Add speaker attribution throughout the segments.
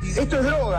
Speaker 1: Esto es droga.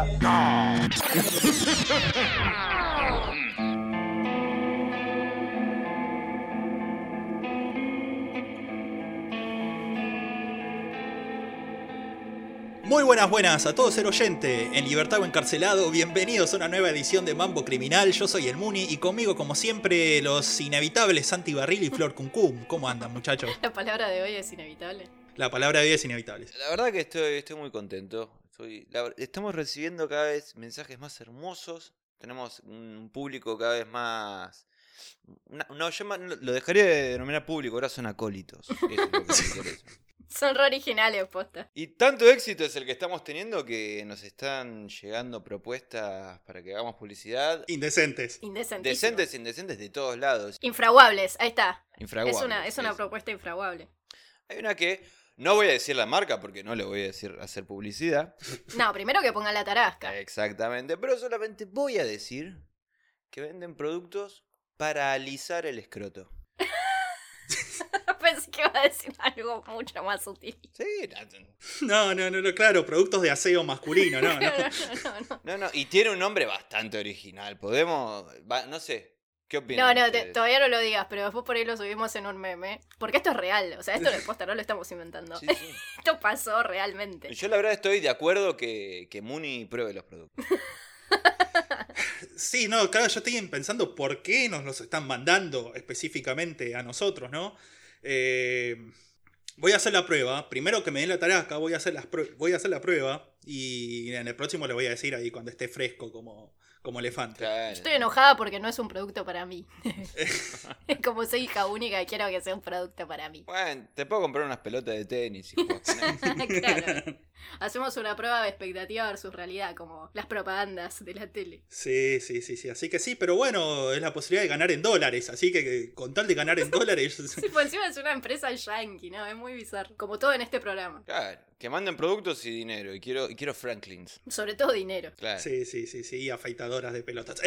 Speaker 2: Muy buenas a todo ser oyente, en libertad o encarcelado, bienvenidos a una nueva edición de Mambo Criminal, yo soy el Muni y conmigo como siempre los inevitables Santi Barril y Flor Cuncum. ¿Cómo andan, muchachos?
Speaker 3: La palabra de hoy es inevitable.
Speaker 2: La palabra de hoy es inevitable.
Speaker 4: La verdad que estoy muy contento. Estamos recibiendo cada vez mensajes más hermosos, tenemos un público cada vez más... lo dejaría de denominar público, ahora son acólitos. Eso es lo que me interesa.
Speaker 3: Son re originales, posta.
Speaker 4: Y tanto éxito es el que estamos teniendo que nos están llegando propuestas para que hagamos publicidad.
Speaker 2: Indecentes.
Speaker 4: Indecentes de todos lados.
Speaker 3: Infraguables, ahí está.
Speaker 4: Infraguables.
Speaker 3: Es una propuesta infraguable.
Speaker 4: Hay una que no voy a decir la marca porque no le voy a hacer publicidad.
Speaker 3: No, primero que pongan la tarasca.
Speaker 4: Exactamente, pero solamente voy a decir que venden productos para alisar el escroto.
Speaker 3: Pensé que iba a decir algo mucho más sutil.
Speaker 4: Sí,
Speaker 2: No, claro, productos de aseo masculino, no.
Speaker 4: No, y tiene un nombre bastante original. No sé, ¿qué opinan?
Speaker 3: No,
Speaker 4: ustedes?
Speaker 3: todavía no lo digas, pero después por ahí lo subimos en un meme. Porque esto es real, o sea, esto no es posta, no lo estamos inventando.
Speaker 4: Sí.
Speaker 3: Esto pasó realmente.
Speaker 4: Yo la verdad estoy de acuerdo que Muni pruebe los productos.
Speaker 2: Sí, no, claro, yo estoy pensando por qué nos los están mandando específicamente a nosotros, ¿no? Voy a hacer la prueba. Primero que me den la tarasca, voy a hacer la prueba. Y en el próximo le voy a decir ahí cuando esté fresco como elefante.
Speaker 4: Claro.
Speaker 3: Estoy enojada porque no es un producto para mí. Como soy hija única, quiero que sea un producto para mí.
Speaker 4: Bueno, te puedo comprar unas pelotas de tenis y jugás con eso.
Speaker 3: Claro. Hacemos una prueba de expectativa versus realidad, como las propagandas de la tele.
Speaker 2: Sí. Así que sí, pero bueno, es la posibilidad de ganar en dólares. Así que con tal de ganar en dólares...
Speaker 3: Sí, por encima es una empresa yankee, ¿no? Es muy bizarro. Como todo en este programa.
Speaker 4: Claro, que manden productos y dinero. Y quiero Franklins.
Speaker 3: Sobre todo dinero.
Speaker 4: Claro.
Speaker 2: Sí, afeitadoras de pelotas.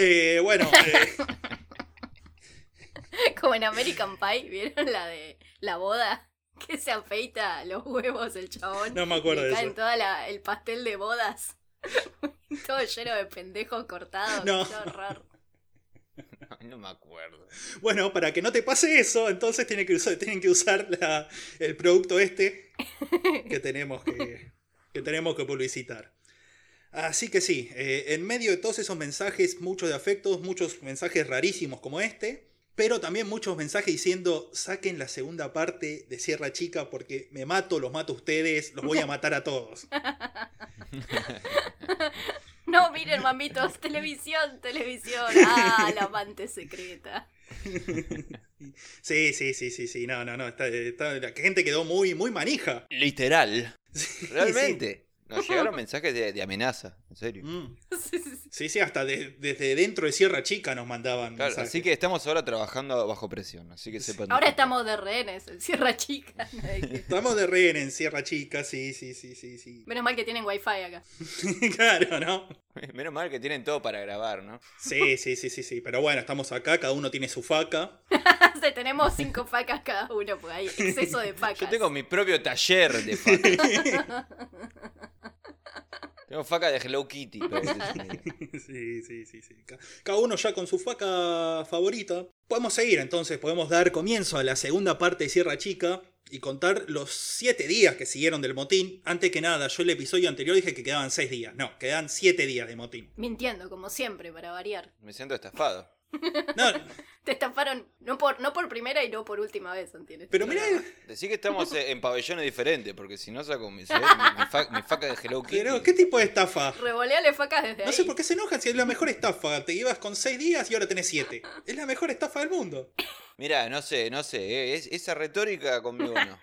Speaker 3: Como en American Pie, ¿vieron la de la boda? Que se afeita los huevos el chabón.
Speaker 2: No me acuerdo de
Speaker 3: caen
Speaker 2: eso.
Speaker 3: todo el pastel de bodas. Todo lleno de pendejos cortados.
Speaker 2: No.
Speaker 3: Qué horror.
Speaker 4: No me acuerdo.
Speaker 2: Bueno, para que no te pase eso, entonces tienen que usar el producto este que tenemos que publicitar. Así que sí, en medio de todos esos mensajes, muchos de afectos, muchos mensajes rarísimos como este, pero también muchos mensajes diciendo, saquen la segunda parte de Sierra Chica porque los mato a ustedes, los voy a matar a todos.
Speaker 3: No, miren, mamitos, televisión. Ah, la amante secreta.
Speaker 2: Sí, no, la gente quedó muy manija.
Speaker 4: Literal. Realmente.
Speaker 2: Sí.
Speaker 4: Nos llegaron mensajes de amenaza, en serio.
Speaker 3: Sí.
Speaker 2: Hasta desde dentro de Sierra Chica nos mandaban
Speaker 4: Claro,
Speaker 2: mensajes.
Speaker 4: así que estamos ahora trabajando bajo presión, así que sepan.
Speaker 3: Ahora estamos de rehenes en Sierra Chica.
Speaker 2: Estamos de rehén en Sierra Chica, sí.
Speaker 3: Menos mal que tienen wifi acá.
Speaker 2: Claro, ¿no?
Speaker 4: Menos mal que tienen todo para grabar, ¿no?
Speaker 2: Sí, pero bueno, estamos acá, cada uno tiene su faca.
Speaker 3: Tenemos 5 facas cada uno, porque hay exceso de facas.
Speaker 4: Yo tengo mi propio taller de facas. Tengo faca de Hello Kitty. Pero
Speaker 2: Sí. Cada uno ya con su faca favorita. Podemos seguir entonces, podemos dar comienzo a la segunda parte de Sierra Chica y contar los 7 días que siguieron del motín. Antes que nada, yo el episodio anterior dije que quedaban 6 días. No, quedan 7 días de motín.
Speaker 3: Mintiendo, como siempre, para variar.
Speaker 4: Me siento estafado.
Speaker 2: No,
Speaker 3: Te estafaron no por primera y no por última vez, ¿entiendes?
Speaker 2: pero mirá,
Speaker 4: Decí que estamos en pabellones diferentes, porque si no saco mi faca de Hello Kitty.
Speaker 2: pero ¿qué tipo de estafa?
Speaker 3: Revoleale facas desde ahí.
Speaker 2: No sé por qué se enojan si es la mejor estafa. Te ibas con 6 días y ahora tenés 7. Es la mejor estafa del mundo.
Speaker 4: Mirá, no sé, esa retórica conmigo no.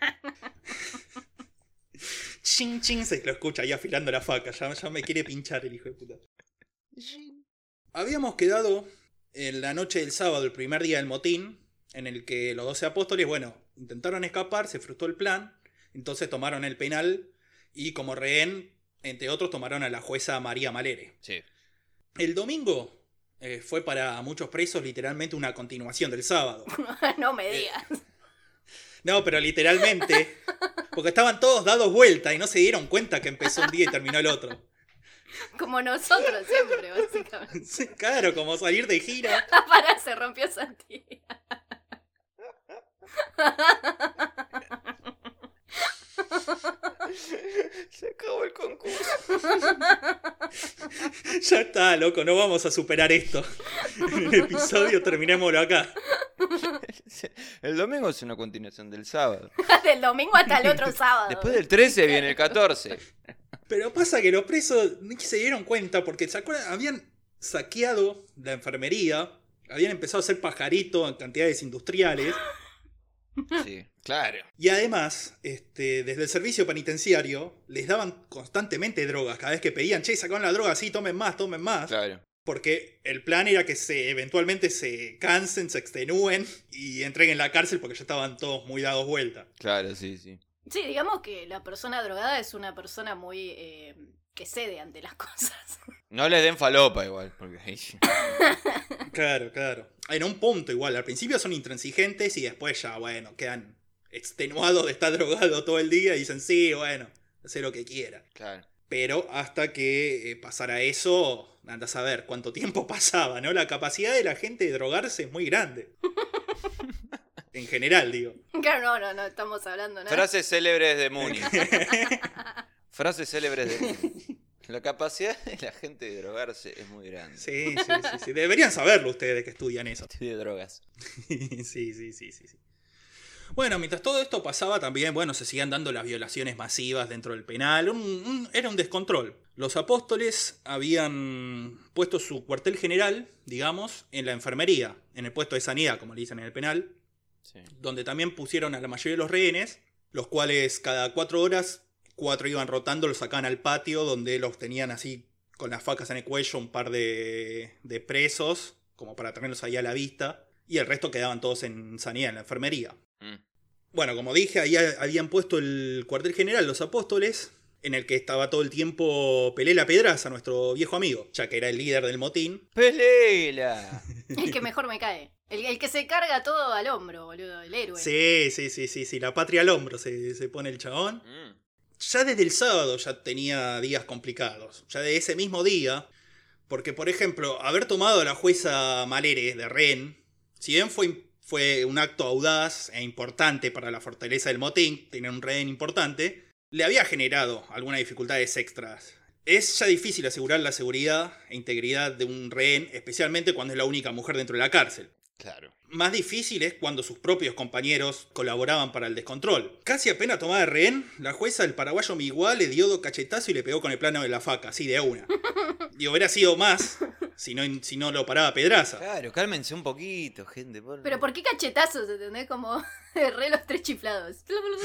Speaker 2: Ching, se lo escucha ahí afilando la faca. Ya me quiere pinchar el hijo de puta. Habíamos quedado en la noche del sábado, el primer día del motín, en el que los 12 apóstoles, intentaron escapar, se frustró el plan, entonces tomaron el penal y como rehén, entre otros, tomaron a la jueza María Malere.
Speaker 4: Sí.
Speaker 2: El domingo fue para muchos presos literalmente una continuación del sábado.
Speaker 3: No me digas.
Speaker 2: No, pero literalmente, porque estaban todos dados vuelta y no se dieron cuenta que empezó un día y terminó el otro.
Speaker 3: Como nosotros siempre, básicamente.
Speaker 2: Sí, claro, como salir de gira.
Speaker 3: Pará, se rompió Santi.
Speaker 4: Se acabó el concurso.
Speaker 2: Ya está, loco, no vamos a superar esto. En el episodio terminémoslo acá.
Speaker 4: El domingo es una continuación del sábado.
Speaker 3: Del domingo hasta el otro sábado.
Speaker 4: Después del 13 viene el 14.
Speaker 2: Pero pasa que los presos ni se dieron cuenta porque, ¿se acuerdan? Habían saqueado la enfermería, habían empezado a hacer pajaritos en cantidades industriales.
Speaker 4: Sí, claro.
Speaker 2: Y además, desde el servicio penitenciario, les daban constantemente drogas. Cada vez que pedían, che, sacaron la droga, sí, tomen más, tomen más.
Speaker 4: Claro.
Speaker 2: Porque el plan era que eventualmente se cansen, se extenúen y entreguen la cárcel porque ya estaban todos muy dados vuelta.
Speaker 4: Claro, sí, sí.
Speaker 3: Sí, digamos que la persona drogada es una persona muy que cede ante las cosas.
Speaker 4: No les den falopa igual, porque ahí...
Speaker 2: Claro, claro. En un punto igual, al principio son intransigentes y después ya, bueno, quedan extenuados de estar drogado todo el día y dicen, sí, bueno, haz lo que quiera.
Speaker 4: Claro.
Speaker 2: Pero hasta que pasara eso, anda a saber cuánto tiempo pasaba, ¿no? La capacidad de la gente de drogarse es muy grande. En general, digo.
Speaker 3: Claro, no estamos hablando nada.
Speaker 4: Frases célebres de Mooney. Frases célebres de Mooney. La capacidad de la gente de drogarse es muy grande.
Speaker 2: Sí. Deberían saberlo ustedes que estudian eso.
Speaker 4: Estoy de drogas.
Speaker 2: Sí. Bueno, mientras todo esto pasaba también, bueno, se seguían dando las violaciones masivas dentro del penal. Era un descontrol. Los apóstoles habían puesto su cuartel general, digamos, en la enfermería, en el puesto de sanidad, como le dicen en el penal,
Speaker 4: Sí.
Speaker 2: donde también pusieron a la mayoría de los rehenes, los cuales cada 4 horas, 4 iban rotando, los sacaban al patio, donde los tenían así con las facas en el cuello, un par de presos, como para tenerlos ahí a la vista, y el resto quedaban todos en sanidad, en la enfermería. Bueno, como dije, ahí habían puesto el cuartel general los apóstoles, en el que estaba todo el tiempo Pelela Pedraza, nuestro viejo amigo, ya que era el líder del motín.
Speaker 4: ¡Pelela!
Speaker 3: El que mejor me cae. El que se carga todo al hombro, boludo, el héroe.
Speaker 2: Sí, la patria al hombro se pone el chabón. Ya desde el sábado ya tenía días complicados, ya de ese mismo día, porque por ejemplo, haber tomado a la jueza Malere de rehén, si bien fue un acto audaz e importante para la fortaleza del motín, tener un rehén importante, le había generado algunas dificultades extras. Es ya difícil asegurar la seguridad e integridad de un rehén, especialmente cuando es la única mujer dentro de la cárcel.
Speaker 4: Claro.
Speaker 2: Más difícil es cuando sus propios compañeros colaboraban para el descontrol. Casi apenas tomada de rehén, la jueza del paraguayo Miguá le dio 2 cachetazos y le pegó con el plano de la faca, así de una. Y hubiera sido más si no lo paraba Pedraza.
Speaker 4: Claro, cálmense un poquito, gente.
Speaker 3: Pero ¿por qué cachetazos? ¿Entendés? Como re los 3 chiflados.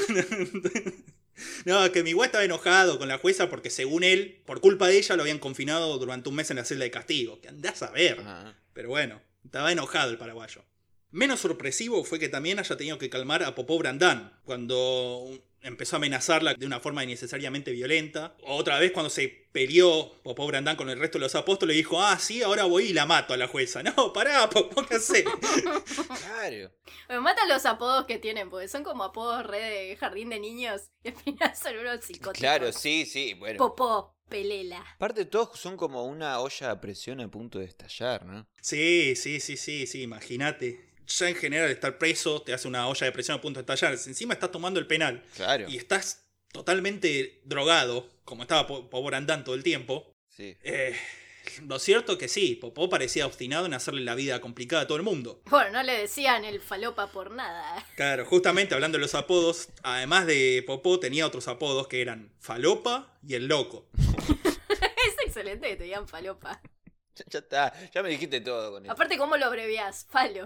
Speaker 2: No, que Miguá estaba enojado con la jueza porque según él, por culpa de ella lo habían confinado durante un mes en la celda de castigo. Que andás a ver.
Speaker 4: Ajá.
Speaker 2: Pero bueno, estaba enojado el paraguayo. Menos sorpresivo fue que también haya tenido que calmar a Popó Brandán cuando empezó a amenazarla de una forma innecesariamente violenta. Otra vez cuando se peleó Popó Brandán con el resto de los apóstoles dijo, sí, ahora voy y la mato a la jueza. No, pará, Popó, ¿qué hacés?
Speaker 4: Claro.
Speaker 3: Me matan los apodos que tienen, porque son como apodos re de jardín de niños y al final son unos psicóticos.
Speaker 4: Claro, sí, bueno.
Speaker 3: Popó, Pelela.
Speaker 4: Aparte todos son como una olla a presión a punto de estallar, ¿no?
Speaker 2: Sí, imagínate. Ya en general estar preso te hace una olla de presión a punto de estallar. Encima estás tomando el penal.
Speaker 4: Claro.
Speaker 2: Y estás totalmente drogado, como estaba Popó Brandán todo el tiempo.
Speaker 4: Sí.
Speaker 2: Lo cierto que sí, Popó parecía obstinado en hacerle la vida complicada a todo el mundo.
Speaker 3: Bueno, no le decían el falopa por nada.
Speaker 2: Claro, justamente hablando de los apodos, además de Popó tenía otros apodos que eran Falopa y el Loco.
Speaker 3: Es excelente que te digan falopa.
Speaker 4: Ya está, ya me dijiste todo con eso.
Speaker 3: Aparte, ¿cómo lo abrevias? Falo.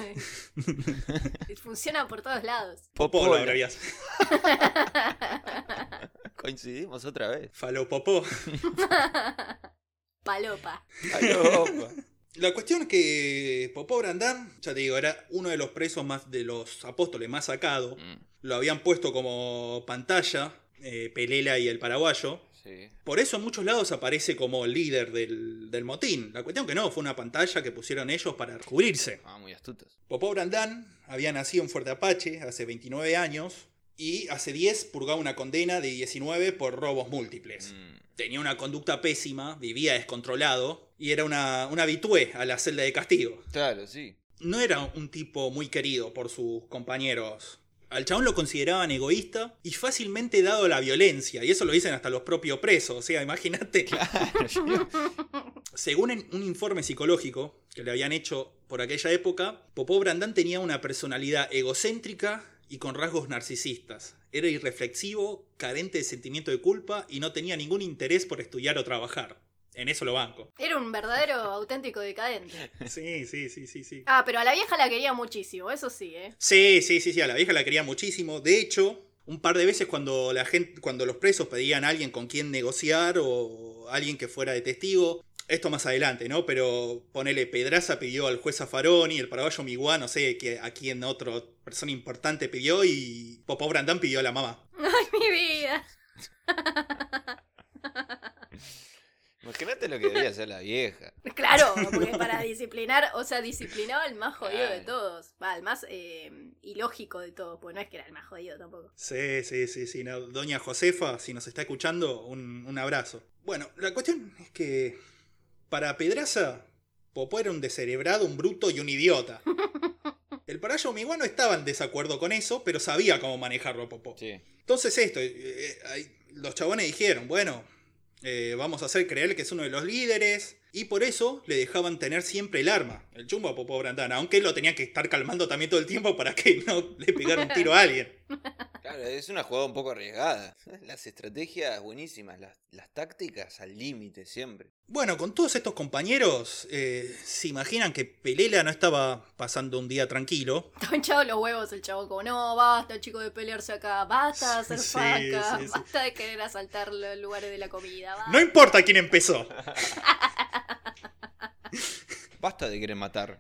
Speaker 3: Funciona por todos lados.
Speaker 2: Popó lo abrevias.
Speaker 4: Coincidimos otra vez.
Speaker 2: Falopopó.
Speaker 3: Palopa.
Speaker 4: Falopa.
Speaker 2: La cuestión es que Popó Brandán, ya te digo, era uno de los presos más de los apóstoles más sacado. Lo habían puesto como pantalla, Pelela y el paraguayo.
Speaker 4: Sí.
Speaker 2: Por eso en muchos lados aparece como el líder del motín. La cuestión que no, fue una pantalla que pusieron ellos para cubrirse.
Speaker 4: Muy astutos.
Speaker 2: Popó Brandán había nacido en Fuerte Apache hace 29 años. y hace 10 purgaba una condena de 19 por robos múltiples. Tenía una conducta pésima, vivía descontrolado y era una habitué a la celda de castigo.
Speaker 4: Claro, sí.
Speaker 2: No era un tipo muy querido por sus compañeros. Al chabón lo consideraban egoísta y fácilmente dado a la violencia, y eso lo dicen hasta los propios presos, o sea, imagínate.
Speaker 4: Claro.
Speaker 2: Según un informe psicológico que le habían hecho por aquella época, Popó Brandán tenía una personalidad egocéntrica y con rasgos narcisistas. Era irreflexivo, carente de sentimiento de culpa y no tenía ningún interés por estudiar o trabajar. En eso lo banco.
Speaker 3: Era un verdadero auténtico decadente.
Speaker 2: Sí.
Speaker 3: Ah, pero a la vieja la quería muchísimo, eso sí, ¿eh?
Speaker 2: Sí, a la vieja la quería muchísimo. De hecho, un par de veces cuando los presos pedían a alguien con quien negociar o alguien que fuera de testigo, esto más adelante, ¿no? Pero ponele, Pedraza pidió al juez Zaffaroni, el paraguayo Miguá, no sé a quién otra persona importante pidió, y Popó Brandán pidió a la mamá.
Speaker 3: ¡Ay, mi vida!
Speaker 4: Imagínate lo que debía hacer la vieja.
Speaker 3: Claro, porque para disciplinar, o sea, disciplinaba al más jodido de todos. Va, al más ilógico de todos, porque no es que era el más jodido tampoco.
Speaker 2: Sí. No, doña Josefa, si nos está escuchando, un abrazo. Bueno, la cuestión es que para Pedraza, Popó era un descerebrado, un bruto y un idiota. El paraguayo Miguá no estaba en desacuerdo con eso, pero sabía cómo manejarlo a Popó.
Speaker 4: Sí.
Speaker 2: Entonces los chabones dijeron, bueno, vamos a hacer creer que es uno de los líderes, y por eso le dejaban tener siempre el arma, el chumbo a Popó Brandán, aunque lo tenían que estar calmando también todo el tiempo para que no le pegara un tiro a alguien.
Speaker 4: Claro, es una jugada un poco arriesgada. Las estrategias buenísimas, las tácticas al límite siempre.
Speaker 2: Bueno, con todos estos compañeros, se imaginan que Pelela no estaba pasando un día tranquilo.
Speaker 3: Estaba hinchado los huevos el chabón, como, no, basta, chico, de pelearse acá, basta de hacer faca, basta de querer asaltar los lugares de la comida. Basta.
Speaker 2: No importa quién empezó.
Speaker 4: Basta de querer matar.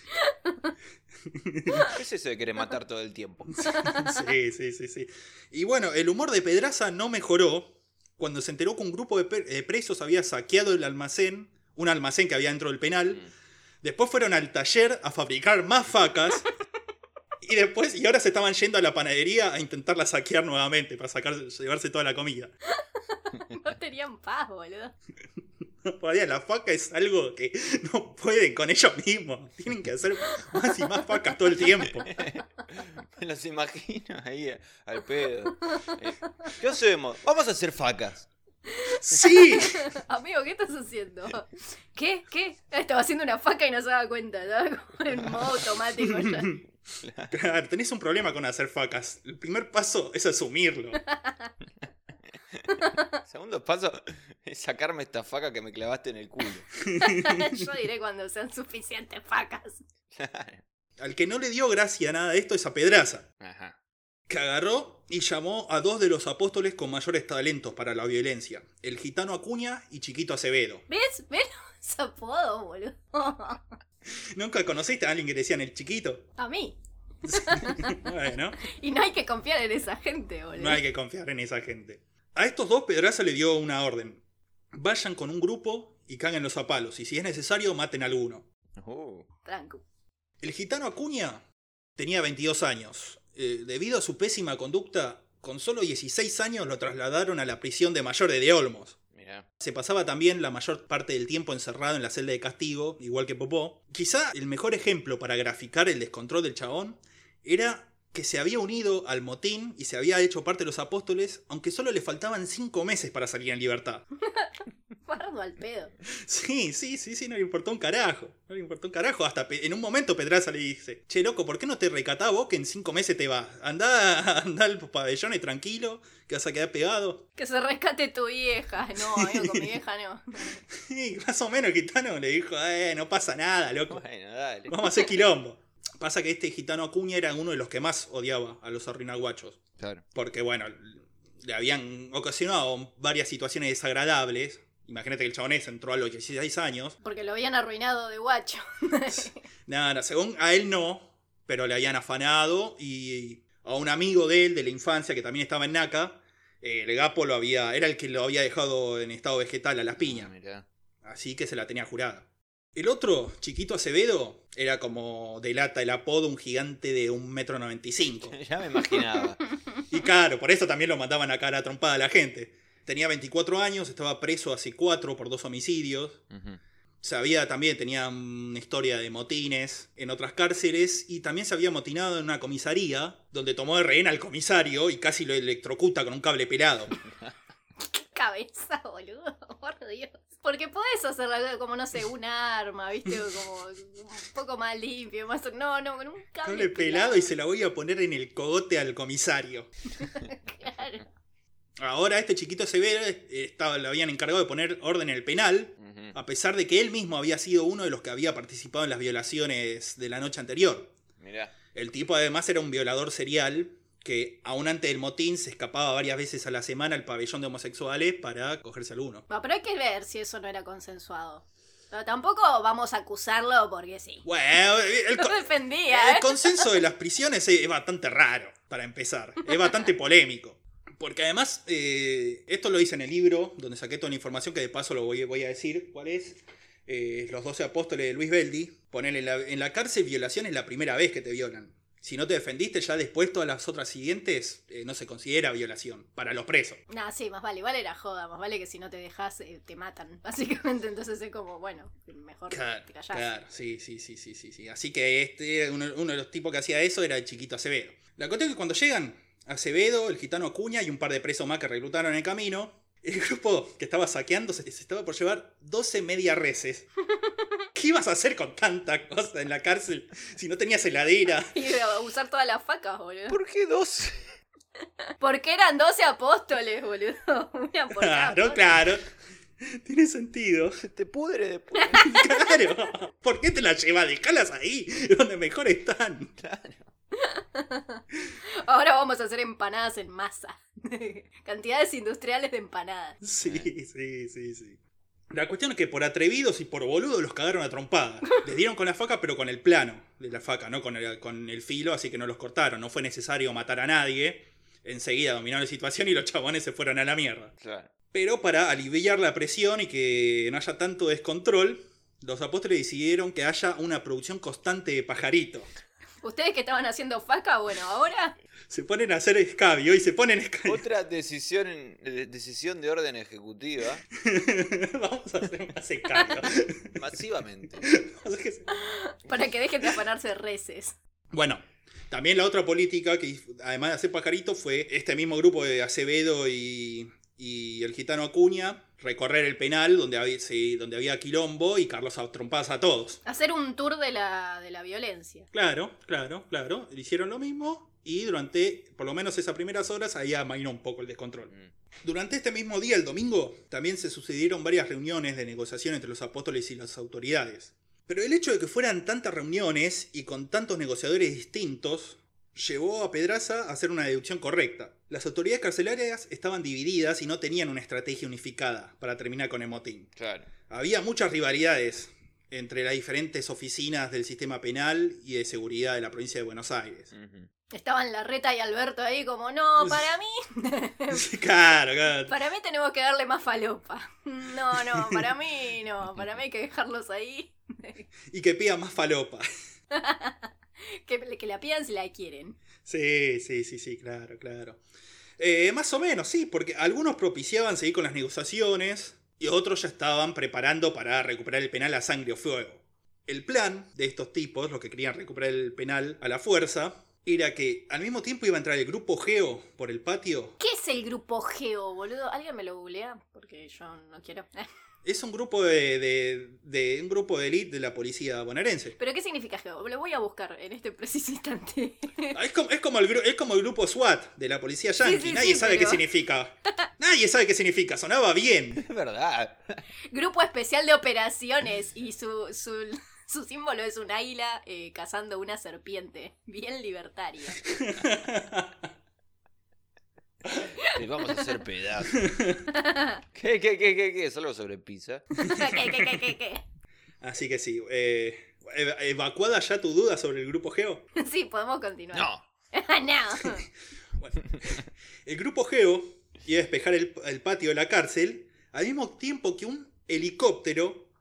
Speaker 4: ¿Qué es eso de querer matar todo el tiempo?
Speaker 2: Sí. Y bueno, el humor de Pedraza no mejoró cuando se enteró que un grupo de presos había saqueado el almacén, un almacén que había dentro del penal. Después fueron al taller a fabricar más facas. Y ahora se estaban yendo a la panadería a intentarla saquear nuevamente para llevarse toda la comida.
Speaker 3: No tenían paz, boludo.
Speaker 2: No podían, la faca es algo que no pueden con ellos mismos. Tienen que hacer más y más facas todo el tiempo.
Speaker 4: Me los imagino ahí al pedo. ¿Qué hacemos? Vamos a hacer facas.
Speaker 2: ¡Sí!
Speaker 3: Amigo, ¿qué estás haciendo? ¿Qué? Estaba haciendo una faca y no se daba cuenta, ¿sabes? Como en modo automático ya.
Speaker 2: Claro, tenés un problema con hacer facas. El primer paso es asumirlo.
Speaker 4: Segundo paso es sacarme esta faca que me clavaste en el culo.
Speaker 3: Yo diré cuando sean suficientes facas.
Speaker 4: Claro.
Speaker 2: Al que no le dio gracia a nada de esto es a Pedraza,
Speaker 4: Ajá.
Speaker 2: que agarró y llamó a dos de los apóstoles con mayores talentos para la violencia, el gitano Acuña y Chiquito Acevedo.
Speaker 3: ¿Ves? Ese apodo, boludo.
Speaker 2: ¿Nunca conociste a alguien que le decían el chiquito?
Speaker 3: A mí.
Speaker 2: Bueno,
Speaker 3: Y no hay que confiar en esa gente, boludo.
Speaker 2: no hay que confiar en esa gente. A estos dos Pedraza le dio una orden. Vayan con un grupo y cáguenlos a palos, y si es necesario maten a alguno.
Speaker 3: Tranco.
Speaker 2: El gitano Acuña tenía 22 años. Debido a su pésima conducta, con solo 16 años lo trasladaron a la prisión de mayores de Olmos.
Speaker 4: Mirá.
Speaker 2: Se pasaba también la mayor parte del tiempo encerrado en la celda de castigo, igual que Popó. Quizá el mejor ejemplo para graficar el descontrol del chabón era que se había unido al motín y se había hecho parte de los apóstoles, aunque solo le faltaban 5 meses para salir en libertad.
Speaker 3: Guardo al pedo.
Speaker 2: Sí, no le importó un carajo. No le importó un carajo. Hasta en un momento Pedraza le dice, che, loco, ¿por qué no te recatás vos que en 5 meses te vas? Andá al pabellón y tranquilo, que vas a quedar pegado.
Speaker 3: Que se rescate tu vieja. No, amigo, con mi vieja no.
Speaker 2: Y más o menos el gitano le dijo, no pasa nada, loco.
Speaker 4: Bueno, dale.
Speaker 2: Vamos a hacer quilombo. Pasa que este gitano Acuña era uno de los que más odiaba a los arruinaguachos.
Speaker 4: Claro.
Speaker 2: Porque, bueno, le habían ocasionado varias situaciones desagradables. Imagínate que el chabonés entró a los 16 años.
Speaker 3: Porque lo habían arruinado de guacho.
Speaker 2: Nada, según a él no, pero le habían afanado. Y a un amigo de él, de la infancia, que también estaba en Naca, el Gapo era el que lo había dejado en estado vegetal a las piñas.
Speaker 4: Mirá.
Speaker 2: Así que se la tenía jurada. El otro, Chiquito Acevedo, era como delata el apodo, un gigante de 1,95 m.
Speaker 4: Ya me imaginaba.
Speaker 2: Y claro, por eso también lo mandaban a cara trompada a la gente. Tenía 24 años, estaba preso hace 4 por 2 homicidios.
Speaker 4: Ujú.
Speaker 2: Tenía una historia de motines en otras cárceles y también se había motinado en una comisaría donde tomó de rehén al comisario y casi lo electrocuta con un cable pelado.
Speaker 3: Qué cabeza, boludo. Por Dios. Porque podés hacer algo como, no sé, un arma, ¿viste? Como un poco más limpio, más... No, con un
Speaker 2: Cable pelado y se la voy a poner en el cogote al comisario.
Speaker 3: Claro.
Speaker 2: Ahora este Chiquito Acevedo le habían encargado de poner orden en el penal,
Speaker 4: Ujú.
Speaker 2: a pesar de que él mismo había sido uno de los que había participado en las violaciones de la noche anterior.
Speaker 4: Mirá.
Speaker 2: El tipo además era un violador serial que aún antes del motín se escapaba varias veces a la semana al pabellón de homosexuales para cogerse alguno.
Speaker 3: Bueno, pero hay que ver si eso no era consensuado. Pero tampoco vamos a acusarlo porque sí.
Speaker 2: Bueno,
Speaker 3: Lo defendía,
Speaker 2: el consenso de las prisiones es bastante raro, para empezar. Es bastante polémico. Porque además, esto lo hice en el libro, donde saqué toda la información, que de paso lo voy a decir cuál es. Los 12 apóstoles de Luis Beldi. Ponele en la cárcel, violación es la primera vez que te violan. Si no te defendiste, ya después todas las otras siguientes no se considera violación para los presos.
Speaker 3: Nah, sí, más vale, igual era joda, más vale que si no te dejas te matan, básicamente, entonces es como, bueno, mejor te callás.
Speaker 2: Claro, sí. Así que uno de los tipos que hacía eso era el Chiquito Acevedo. La cuestión es que cuando llegan Acevedo, el gitano Acuña y un par de presos más que reclutaron en el camino, el grupo que estaba saqueando se estaba por llevar 12 media reses. ¿Qué ibas a hacer con tanta cosa en la cárcel si no tenías heladera?
Speaker 3: Y a usar todas las facas, boludo.
Speaker 4: ¿Por qué 12?
Speaker 3: Porque eran 12 apóstoles, boludo. Una por cada apóstol.
Speaker 2: Claro. Tiene sentido.
Speaker 4: Te pudre después.
Speaker 2: Claro. ¿Por qué te las llevas? Dejalas ahí, donde mejor están.
Speaker 4: Claro.
Speaker 3: Ahora vamos a hacer empanadas en masa. Cantidades industriales de empanadas.
Speaker 2: Sí. La cuestión es que por atrevidos y por boludos los cagaron a trompada. Les dieron con la faca, pero con el plano de la faca, no con el filo, así que no los cortaron. No fue necesario matar a nadie. Enseguida dominaron la situación y los chabones se fueron a la mierda.
Speaker 4: Claro.
Speaker 2: Pero para aliviar la presión y que no haya tanto descontrol, los apóstoles decidieron que haya una producción constante de pajarito.
Speaker 3: Ustedes que estaban haciendo faca, bueno, ahora...
Speaker 2: Se ponen a hacer escabio y se ponen escabio.
Speaker 4: Otra decisión de orden ejecutiva.
Speaker 2: Vamos a hacer más escabio.
Speaker 4: Masivamente.
Speaker 3: Para que dejen de afanarse reses.
Speaker 2: Bueno, también la otra política que además de hacer pajarito fue este mismo grupo de Acevedo y el gitano Acuña recorrer el penal donde había quilombo y Carlos a trompadas a todos.
Speaker 3: Hacer un tour de la violencia.
Speaker 2: Claro. Hicieron lo mismo y durante por lo menos esas primeras horas ahí amainó un poco el descontrol. Durante este mismo día, el domingo, también se sucedieron varias reuniones de negociación entre los apóstoles y las autoridades. Pero el hecho de que fueran tantas reuniones y con tantos negociadores distintos llevó a Pedraza a hacer una deducción correcta. Las autoridades carcelarias estaban divididas y no tenían una estrategia unificada para terminar con el motín.
Speaker 4: Claro.
Speaker 2: Había muchas rivalidades entre las diferentes oficinas del sistema penal y de seguridad de la provincia de Buenos Aires.
Speaker 4: Ujú.
Speaker 3: Estaban Larreta y Alberto ahí como, no, para mí...
Speaker 2: Sí, claro.
Speaker 3: Para mí tenemos que darle más falopa. No, para mí no. Para mí hay que dejarlos ahí.
Speaker 2: Y que pida más falopa.
Speaker 3: Que la pidan si la quieren.
Speaker 2: Sí, claro. Más o menos, sí, porque algunos propiciaban seguir con las negociaciones y otros ya estaban preparando para recuperar el penal a sangre o fuego. El plan de estos tipos, los que querían recuperar el penal a la fuerza, era que al mismo tiempo iba a entrar el grupo Geo por el patio.
Speaker 3: ¿Qué es el grupo Geo, boludo? ¿Alguien me lo googlea? Porque yo no quiero.
Speaker 2: Es un grupo de un grupo de élite de la policía bonaerense.
Speaker 3: ¿Pero qué significa Geo? Lo voy a buscar en este preciso instante.
Speaker 2: Es como el grupo SWAT de la policía yankee. Nadie sabe qué significa. Nadie sabe qué significa. Sonaba bien.
Speaker 4: Es verdad.
Speaker 3: Grupo especial de operaciones y su símbolo es un águila cazando una serpiente. Bien libertario.
Speaker 4: Te vamos a hacer pedazos. ¿Qué? ¿Es algo sobre pizza?
Speaker 3: ¿Qué?
Speaker 2: Así que sí. ¿Evacuada ya tu duda sobre el grupo Geo?
Speaker 3: Sí, podemos continuar.
Speaker 4: No.
Speaker 3: No.
Speaker 2: Bueno, el grupo Geo iba a despejar el patio de la cárcel al mismo tiempo que un helicóptero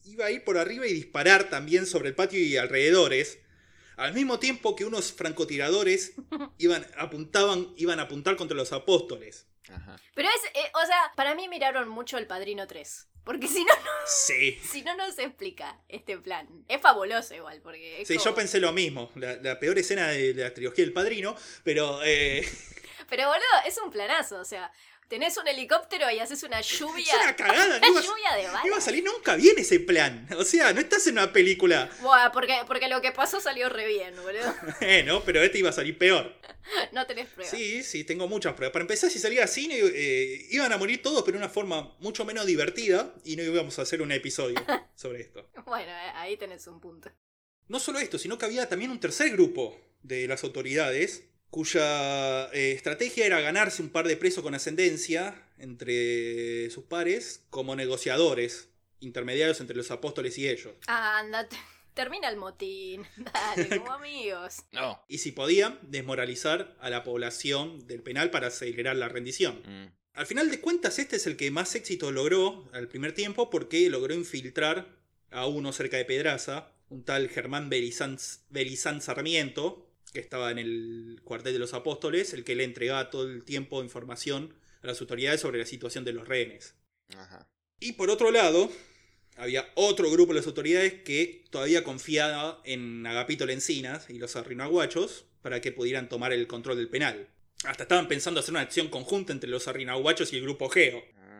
Speaker 2: iba a ir por arriba y disparar también sobre el patio y alrededores, al mismo tiempo que unos francotiradores iban a apuntar contra los apóstoles.
Speaker 4: Ajá.
Speaker 3: Pero o sea, para mí miraron mucho El Padrino 3. Porque si no,
Speaker 2: Sí.
Speaker 3: si no nos explica este plan. Es fabuloso igual, porque es
Speaker 2: Sí,
Speaker 3: como-
Speaker 2: yo pensé lo mismo. La peor escena de la trilogía del Padrino, pero...
Speaker 3: Pero boludo, es un planazo, o sea, tenés un helicóptero y haces una lluvia...
Speaker 2: es una cagada,
Speaker 3: Una lluvia de
Speaker 2: no iba a
Speaker 3: balas.
Speaker 2: salir nunca bien ese plan. O sea, no estás en una película.
Speaker 3: Buah, porque lo que pasó salió re bien, boludo.
Speaker 2: No, pero este iba a salir peor.
Speaker 3: No tenés pruebas.
Speaker 2: Sí, tengo muchas pruebas. Para empezar, si salía así, iban a morir todos, pero de una forma mucho menos divertida, y no íbamos a hacer un episodio sobre esto.
Speaker 3: Bueno, ahí tenés un punto.
Speaker 2: No solo esto, sino que había también un tercer grupo de las autoridades, cuya estrategia era ganarse un par de presos con ascendencia entre sus pares como negociadores, intermediarios entre los apóstoles y ellos.
Speaker 3: Andate. Termina el motín. Dale, como amigos.
Speaker 4: No.
Speaker 2: Y si podían, desmoralizar a la población del penal para acelerar la rendición.
Speaker 4: Mm.
Speaker 2: Al final de cuentas, este es el que más éxito logró al primer tiempo porque logró infiltrar a uno cerca de Pedraza, un tal Germán Belizán Sarmiento, que estaba en el cuartel de los apóstoles, el que le entregaba todo el tiempo información a las autoridades sobre la situación de los rehenes.
Speaker 4: Ajá.
Speaker 2: Y por otro lado, había otro grupo de las autoridades que todavía confiaba en Agapito Lencinas y los arrinaguachos para que pudieran tomar el control del penal. Hasta estaban pensando hacer una acción conjunta entre los arrinaguachos y el grupo Geo.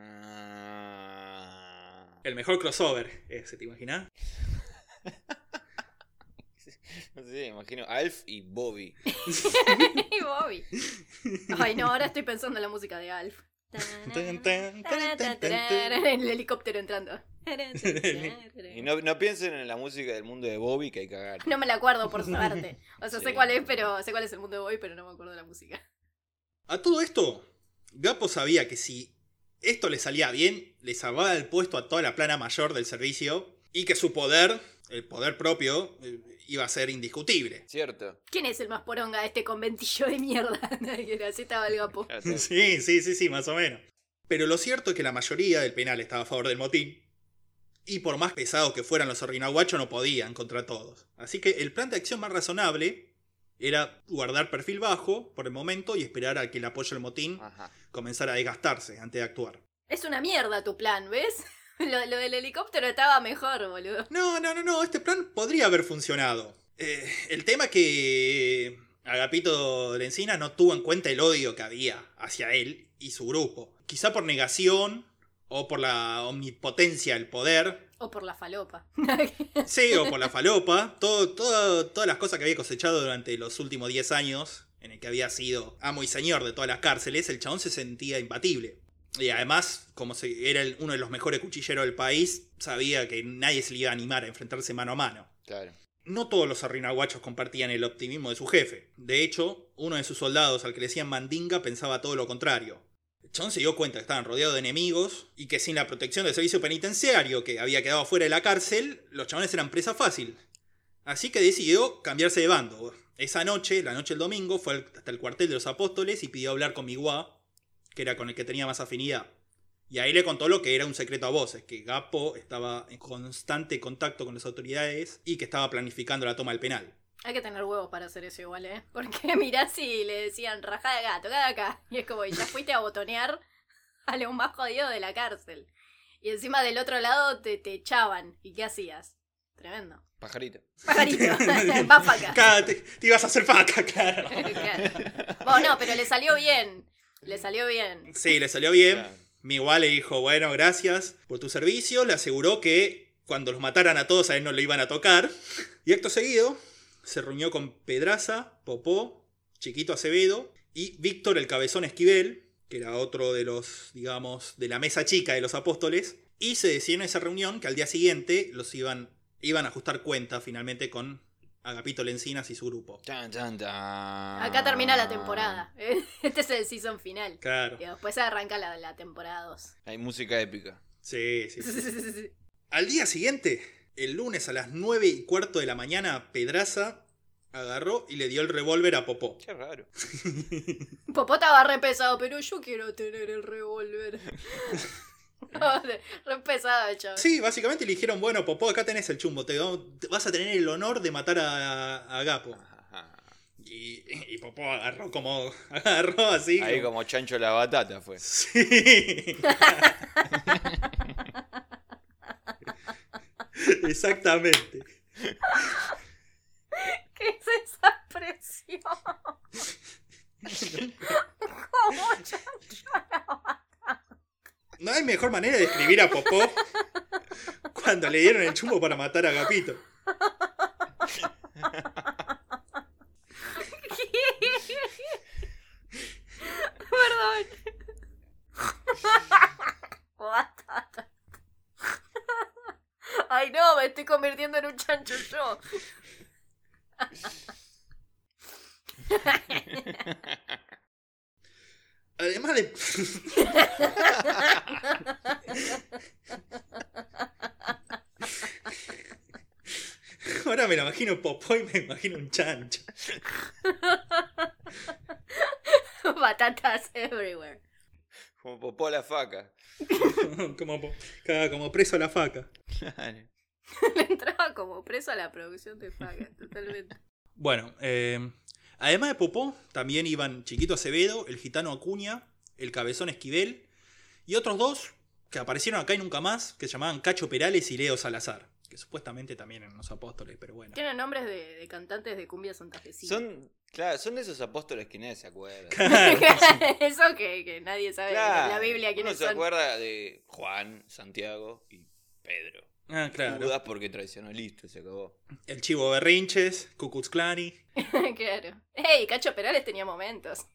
Speaker 2: El mejor crossover ese, ¿te imaginas?
Speaker 4: No sé, imagino Alf y Bobby.
Speaker 3: Y Bobby. Ay, no, ahora estoy pensando en la música de Alf. El helicóptero entrando.
Speaker 4: Y no piensen en la música del mundo de Bobby, que hay que cagar.
Speaker 3: No me la acuerdo, por suerte. O sea,
Speaker 4: Sí.
Speaker 3: sé cuál es, pero sé cuál es el mundo de Bobby, pero no me acuerdo de la música.
Speaker 2: A todo esto, Gapo sabía que si esto le salía bien, le salvaba el puesto a toda la plana mayor del servicio y que su poder, el poder propio, iba a ser indiscutible.
Speaker 4: ¿Cierto?
Speaker 3: ¿Quién es el más poronga de este conventillo de mierda? Así estaba el Gapo.
Speaker 4: Claro, claro.
Speaker 2: Sí, más o menos. Pero lo cierto es que la mayoría del penal estaba a favor del motín. Y por más pesados que fueran los orrinaguachos, no podían contra todos. Así que el plan de acción más razonable era guardar perfil bajo por el momento y esperar a que el apoyo al motín
Speaker 4: Ajá.
Speaker 2: comenzara a desgastarse antes de actuar.
Speaker 3: Es una mierda tu plan, ¿ves? Lo del helicóptero estaba mejor, boludo.
Speaker 2: No, este plan podría haber funcionado. El tema es que Agapito Lencinas no tuvo en cuenta el odio que había hacia él y su grupo. Quizá por negación o por la omnipotencia del poder.
Speaker 3: O por la falopa.
Speaker 2: Sí, o por la falopa. Todas las cosas que había cosechado durante los últimos 10 años, en el que había sido amo y señor de todas las cárceles, el chabón se sentía imbatible. Y además, como era uno de los mejores cuchilleros del país, sabía que nadie se le iba a animar a enfrentarse mano a mano.
Speaker 4: Claro.
Speaker 2: No todos los arrinaguachos compartían el optimismo de su jefe. De hecho, uno de sus soldados, al que le decían Mandinga, pensaba todo lo contrario. El chabón se dio cuenta que estaban rodeados de enemigos y que sin la protección del servicio penitenciario, que había quedado fuera de la cárcel, los chabones eran presa fácil. Así que decidió cambiarse de bando. Esa noche, la noche del domingo, fue hasta el cuartel de los apóstoles y pidió hablar con Miguá, que era con el que tenía más afinidad. Y ahí le contó lo que era un secreto a voces, que Gapo estaba en constante contacto con las autoridades y que estaba planificando la toma del penal.
Speaker 3: Hay que tener huevos para hacer eso igual, ¿eh? Porque mirá si le decían rajá de gato, cada acá. Y es como, ya fuiste a botonear a lo más jodido de la cárcel. Y encima del otro lado te echaban. ¿Y qué hacías? Tremendo.
Speaker 4: Pajarito.
Speaker 3: Pajarito, va faca.
Speaker 2: Claro, te ibas a hacer faca, claro.
Speaker 3: Claro. Bueno, no, pero le salió bien. Le salió bien.
Speaker 2: Sí, le salió bien.
Speaker 4: Claro.
Speaker 2: Miguel le dijo, bueno, gracias por tu servicio. Le aseguró que cuando los mataran a todos a él no lo iban a tocar. Y acto seguido se reunió con Pedraza, Popó, Chiquito Acevedo y Víctor el Cabezón Esquivel, que era otro de los, digamos, de la mesa chica de los apóstoles. Y se decidió en esa reunión que al día siguiente los iban a ajustar cuenta finalmente con Agapito Lencinas y su grupo.
Speaker 4: Chan, chan, chan.
Speaker 3: Acá termina la temporada. Este es el season final.
Speaker 2: Claro.
Speaker 3: Y después arranca la temporada 2.
Speaker 4: Hay música épica.
Speaker 2: Sí. Al día siguiente, el lunes a las 9:15 de la mañana, Pedraza agarró y le dio el revólver a Popó.
Speaker 4: Qué raro.
Speaker 3: Popó estaba re pesado, pero yo quiero tener el revólver. Re pesado el chavo.
Speaker 2: Sí, básicamente le dijeron, bueno, Popó, acá tenés el chumbo, vas a tener el honor de matar a Agapo.
Speaker 4: Ajá.
Speaker 2: Y Popó agarró así.
Speaker 4: Ahí como chancho la batata fue.
Speaker 2: Sí. Exactamente.
Speaker 3: ¿Qué es esa expresión? ¿Cómo chancho la batata?
Speaker 2: No hay mejor manera de describir a Popó cuando le dieron el chumbo para matar a Agapito.
Speaker 3: Perdón. Batata. Ay no, me estoy convirtiendo en un chancho yo.
Speaker 2: Además de... Ahora me lo imagino Popó y me imagino un chancho.
Speaker 3: Batatas everywhere.
Speaker 4: Como Popó la faca.
Speaker 2: Como preso a la faca.
Speaker 4: Claro.
Speaker 3: Le entraba como preso a la producción de Faga, totalmente.
Speaker 2: Bueno, además de Popó, también iban Chiquito Acevedo, el Gitano Acuña, el Cabezón Esquivel y otros dos que aparecieron acá y nunca más, que se llamaban Cacho Perales y Leo Salazar, que supuestamente también eran los apóstoles, pero bueno.
Speaker 3: Tienen nombres de cantantes de cumbia santafesina.
Speaker 4: Son de esos apóstoles que nadie se acuerda.
Speaker 3: Eso que nadie sabe de la Biblia
Speaker 4: Uno
Speaker 3: quiénes
Speaker 4: se
Speaker 3: son.
Speaker 4: acuerda de Juan, Santiago y Pedro.
Speaker 2: Ah, claro.
Speaker 4: Judas porque traicionó, listo, se acabó.
Speaker 2: El Chivo Berrinches, Ku Klux Klan.
Speaker 3: Claro. Ey, Cacho Perales tenía momentos.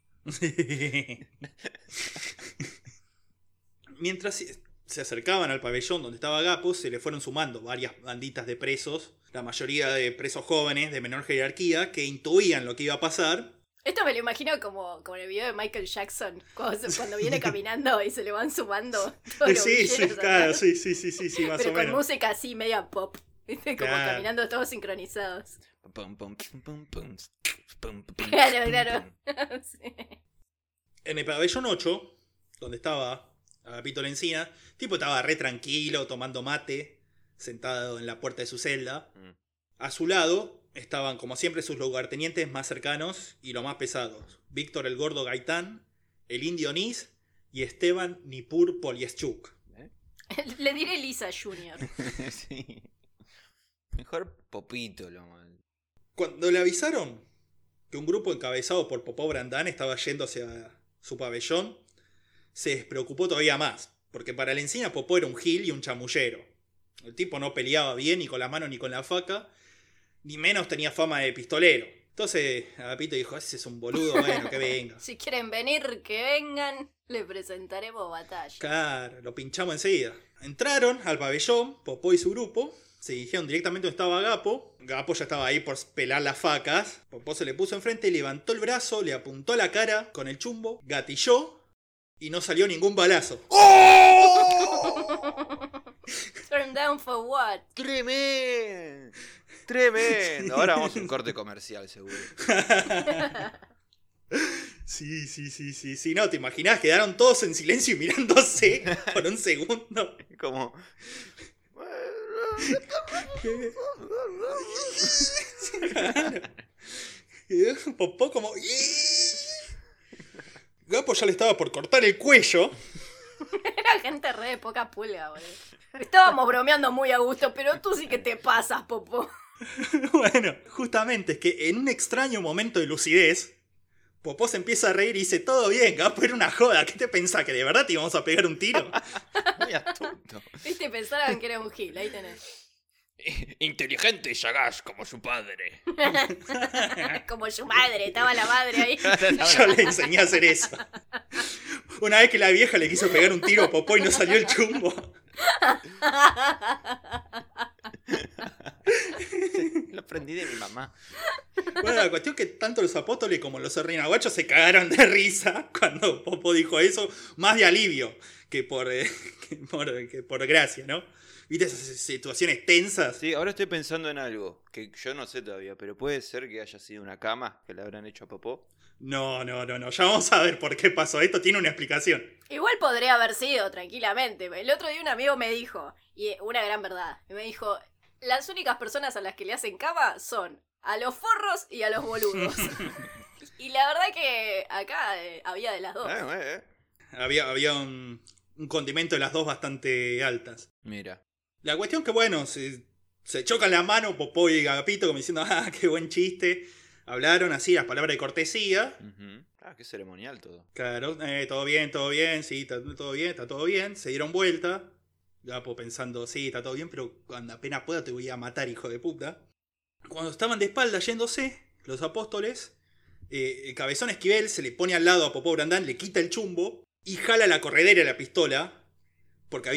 Speaker 2: Mientras se acercaban al pabellón donde estaba Agapo, se le fueron sumando varias banditas de presos, la mayoría de presos jóvenes de menor jerarquía, que intuían lo que iba a pasar.
Speaker 3: Esto me lo imagino como en el video de Michael Jackson, cuando viene caminando y se le van sumando todos los
Speaker 2: Sí,
Speaker 3: villeros
Speaker 2: claro,
Speaker 3: atrás.
Speaker 2: sí, más
Speaker 3: Pero
Speaker 2: o
Speaker 3: con
Speaker 2: menos.
Speaker 3: música así media pop. ¿Viste? Como
Speaker 2: Claro.
Speaker 3: caminando todos sincronizados.
Speaker 4: Pum, pum, pum, pum, pum, pum, pum,
Speaker 3: Claro,
Speaker 4: pum,
Speaker 3: claro.
Speaker 4: pum.
Speaker 3: Sí.
Speaker 2: En el pabellón 8, donde estaba Agapito Lencina, tipo estaba re tranquilo, tomando mate, sentado en la puerta de su celda.
Speaker 4: Mm.
Speaker 2: A su lado estaban, como siempre, sus lugartenientes más cercanos y los más pesados. Víctor el Gordo Gaitán, el Indio Nis y Esteban Nipur Polieschuk.
Speaker 4: ¿Eh?
Speaker 3: Le diré Lisa Junior.
Speaker 4: Sí. Mejor Popito lo mal.
Speaker 2: Cuando le avisaron que un grupo encabezado por Popó Brandán estaba yendo hacia su pabellón, se despreocupó todavía más, porque para Lencina Popó era un gil y un chamullero. El tipo no peleaba bien ni con la mano ni con la faca, ni menos tenía fama de pistolero. Entonces Agapito dijo, ese es un boludo, bueno, que venga.
Speaker 3: Si quieren venir, que vengan. Le presentaremos batalla.
Speaker 2: Claro, lo pinchamos enseguida. Entraron al pabellón, Popó y su grupo, se dirigieron directamente donde estaba Agapo. Agapo ya estaba ahí por pelar las facas. Popó se le puso enfrente, levantó el brazo, le apuntó a la cara con el chumbo, gatilló y no salió ningún balazo.
Speaker 3: Turn down for what?
Speaker 4: ¡Tremendo! ¡Tremendo! Ahora vamos a un corte comercial, seguro.
Speaker 2: Sí, no, ¿te imaginás? Quedaron todos en silencio y mirándose por un segundo.
Speaker 4: Como...
Speaker 2: Popó como... Gapo ya le estaba por cortar el cuello.
Speaker 3: Era gente re de poca pulga, boludo. Estábamos bromeando muy a gusto, pero tú sí que te pasas, Popó.
Speaker 2: Bueno, justamente es que en un extraño momento de lucidez, Popó se empieza a reír y dice, todo bien, Gapo, era una joda, ¿qué te pensás? ¿Que de verdad te íbamos a pegar un tiro?
Speaker 4: Muy astuto.
Speaker 3: Viste, pensaban que era un gil, ahí tenés.
Speaker 4: Inteligente y sagaz como su padre.
Speaker 3: Como su madre, estaba la madre ahí.
Speaker 2: Yo le enseñé a hacer eso. Una vez que la vieja le quiso pegar un tiro a Popó y no salió el chumbo.
Speaker 4: Lo aprendí de mi mamá.
Speaker 2: Bueno, la cuestión es que tanto los apóstoles como los reinaguachos se cagaron de risa cuando Popó dijo eso, más de alivio que por gracia, ¿no? ¿Viste esas situaciones tensas?
Speaker 4: Sí, ahora estoy pensando en algo que yo no sé todavía, pero puede ser que haya sido una cama que le habrán hecho a Popó.
Speaker 2: No. Ya vamos a ver por qué pasó. Esto tiene una explicación.
Speaker 3: Igual podría haber sido, tranquilamente. El otro día un amigo me dijo, y una gran verdad, me dijo, las únicas personas a las que le hacen cama son a los forros y a los boludos. Y la verdad que acá había de las dos.
Speaker 2: Había un condimento de las dos bastante altas.
Speaker 4: Mira.
Speaker 2: La cuestión que, bueno, se chocan la mano Popó y Agapito como diciendo, qué buen chiste. Hablaron así las palabras de cortesía.
Speaker 4: Uh-huh. Qué ceremonial todo.
Speaker 2: Claro, todo bien, sí, está todo bien. Se dieron vuelta. Gapo pensando, sí, está todo bien, pero cuando apenas pueda te voy a matar, hijo de puta. Cuando estaban de espalda yéndose, los apóstoles, el cabezón Esquivel se le pone al lado a Popó Brandán, le quita el chumbo y jala la corredera de la pistola. Porque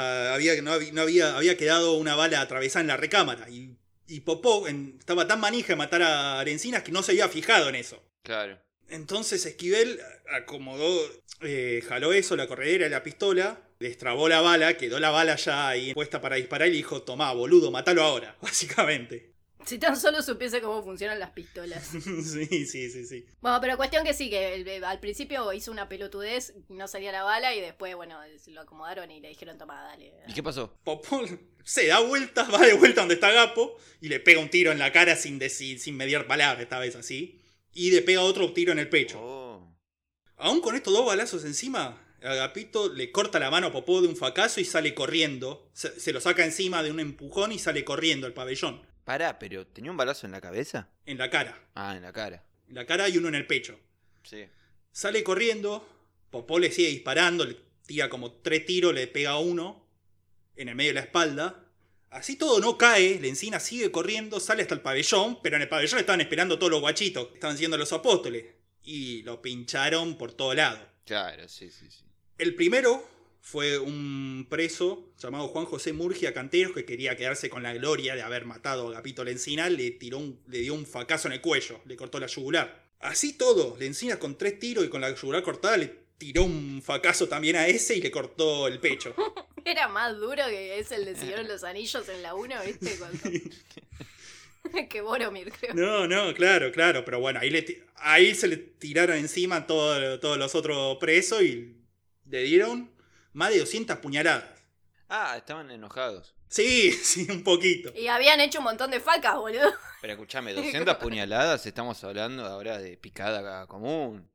Speaker 2: había quedado una bala atravesada en la recámara. Y Popó estaba tan manija de matar a Arencinas que no se había fijado en eso.
Speaker 4: Claro.
Speaker 2: Entonces Esquivel acomodó, jaló eso, la corredera de la pistola, destrabó la bala, quedó la bala ya ahí puesta para disparar y le dijo, tomá, boludo, matalo ahora, básicamente.
Speaker 3: Si tan solo supiese cómo funcionan las pistolas.
Speaker 2: Sí.
Speaker 3: Bueno, pero cuestión que sí, que al principio hizo una pelotudez, no salía la bala y después, bueno, lo acomodaron y le dijeron, tomá, dale.
Speaker 4: ¿Y qué pasó?
Speaker 2: Popó se da vueltas, va de vuelta donde está Gapo y le pega un tiro en la cara sin mediar palabras, esta vez así. Y le pega otro tiro en el pecho.
Speaker 4: Oh.
Speaker 2: Aún con estos dos balazos encima, Agapito le corta la mano a Popó de un facazo y sale corriendo. Se lo saca encima de un empujón y sale corriendo al pabellón.
Speaker 4: Pará, pero ¿tenía un balazo en la cabeza?
Speaker 2: En la cara.
Speaker 4: En la cara.
Speaker 2: En la cara y uno en el pecho.
Speaker 4: Sí.
Speaker 2: Sale corriendo, Popó le sigue disparando, le tira como 3 tiros, le pega uno en el medio de la espalda. Así todo no cae, Lencina sigue corriendo, sale hasta el pabellón, pero en el pabellón estaban esperando todos los guachitos, estaban siendo los apóstoles. Y lo pincharon por todo lado.
Speaker 4: Claro, sí.
Speaker 2: El primero fue un preso llamado Juan José Murgia Canteros que quería quedarse con la gloria de haber matado a Agapito Lencina, le dio un facazo en el cuello, le cortó la yugular. Así todo, Lencina con 3 tiros y con la yugular cortada le tiró un facazo también a ese y le cortó el pecho.
Speaker 3: Era más duro que es el de Señor de los Anillos en la 1, ¿viste? Que Boromir, creo.
Speaker 2: No, claro, pero bueno, ahí se le tiraron encima todos los otros presos y le dieron más de 200 puñaladas.
Speaker 4: Estaban enojados.
Speaker 2: Sí, un poquito.
Speaker 3: Y habían hecho un montón de facas, boludo.
Speaker 4: Pero escuchame, 200 puñaladas, estamos hablando ahora de picada común.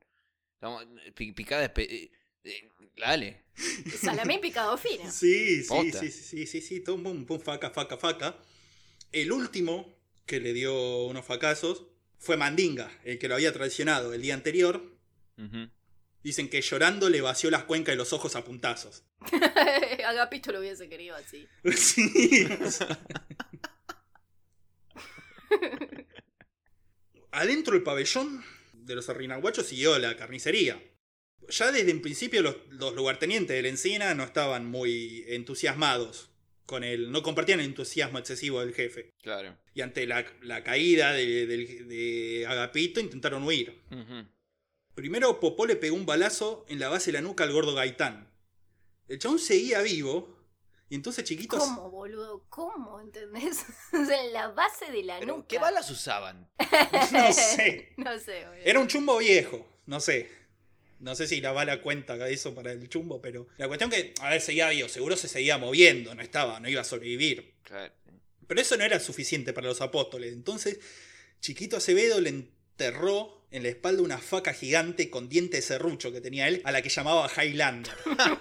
Speaker 4: Picada dale.
Speaker 3: Salamín picado fino.
Speaker 2: Sí,
Speaker 4: Posta.
Speaker 2: todo un faca. El último que le dio unos facazos fue Mandinga, el que lo había traicionado el día anterior.
Speaker 4: Uh-huh.
Speaker 2: Dicen que llorando le vació las cuencas de los ojos a puntazos.
Speaker 3: Agapito lo hubiese querido así.
Speaker 2: Sí. Adentro del pabellón de los arrinalguachos siguió la carnicería. Ya desde el principio los lugartenientes de la Encina no estaban muy entusiasmados con él, no compartían el entusiasmo excesivo del jefe.
Speaker 4: Claro.
Speaker 2: Y ante la caída de Agapito intentaron huir.
Speaker 4: Uh-huh.
Speaker 2: Primero Popó le pegó un balazo en la base de la nuca al gordo Gaitán. El chabón seguía vivo y entonces chiquitos...
Speaker 3: ¿Cómo, boludo? ¿Cómo? ¿Entendés? En la base de la
Speaker 4: ¿Pero
Speaker 3: nuca.
Speaker 4: qué balas usaban?
Speaker 2: No sé.
Speaker 3: No sé, boludo.
Speaker 2: Era un chumbo viejo, no sé. No sé si la bala cuenta eso para el chumbo, pero... La cuestión que, seguía vivo, seguro se seguía moviendo, no iba a sobrevivir.
Speaker 4: Claro.
Speaker 2: Pero eso no era suficiente para los apóstoles. Entonces, Chiquito Acevedo le enterró en la espalda una faca gigante con diente de serrucho que tenía él, a la que llamaba Highlander.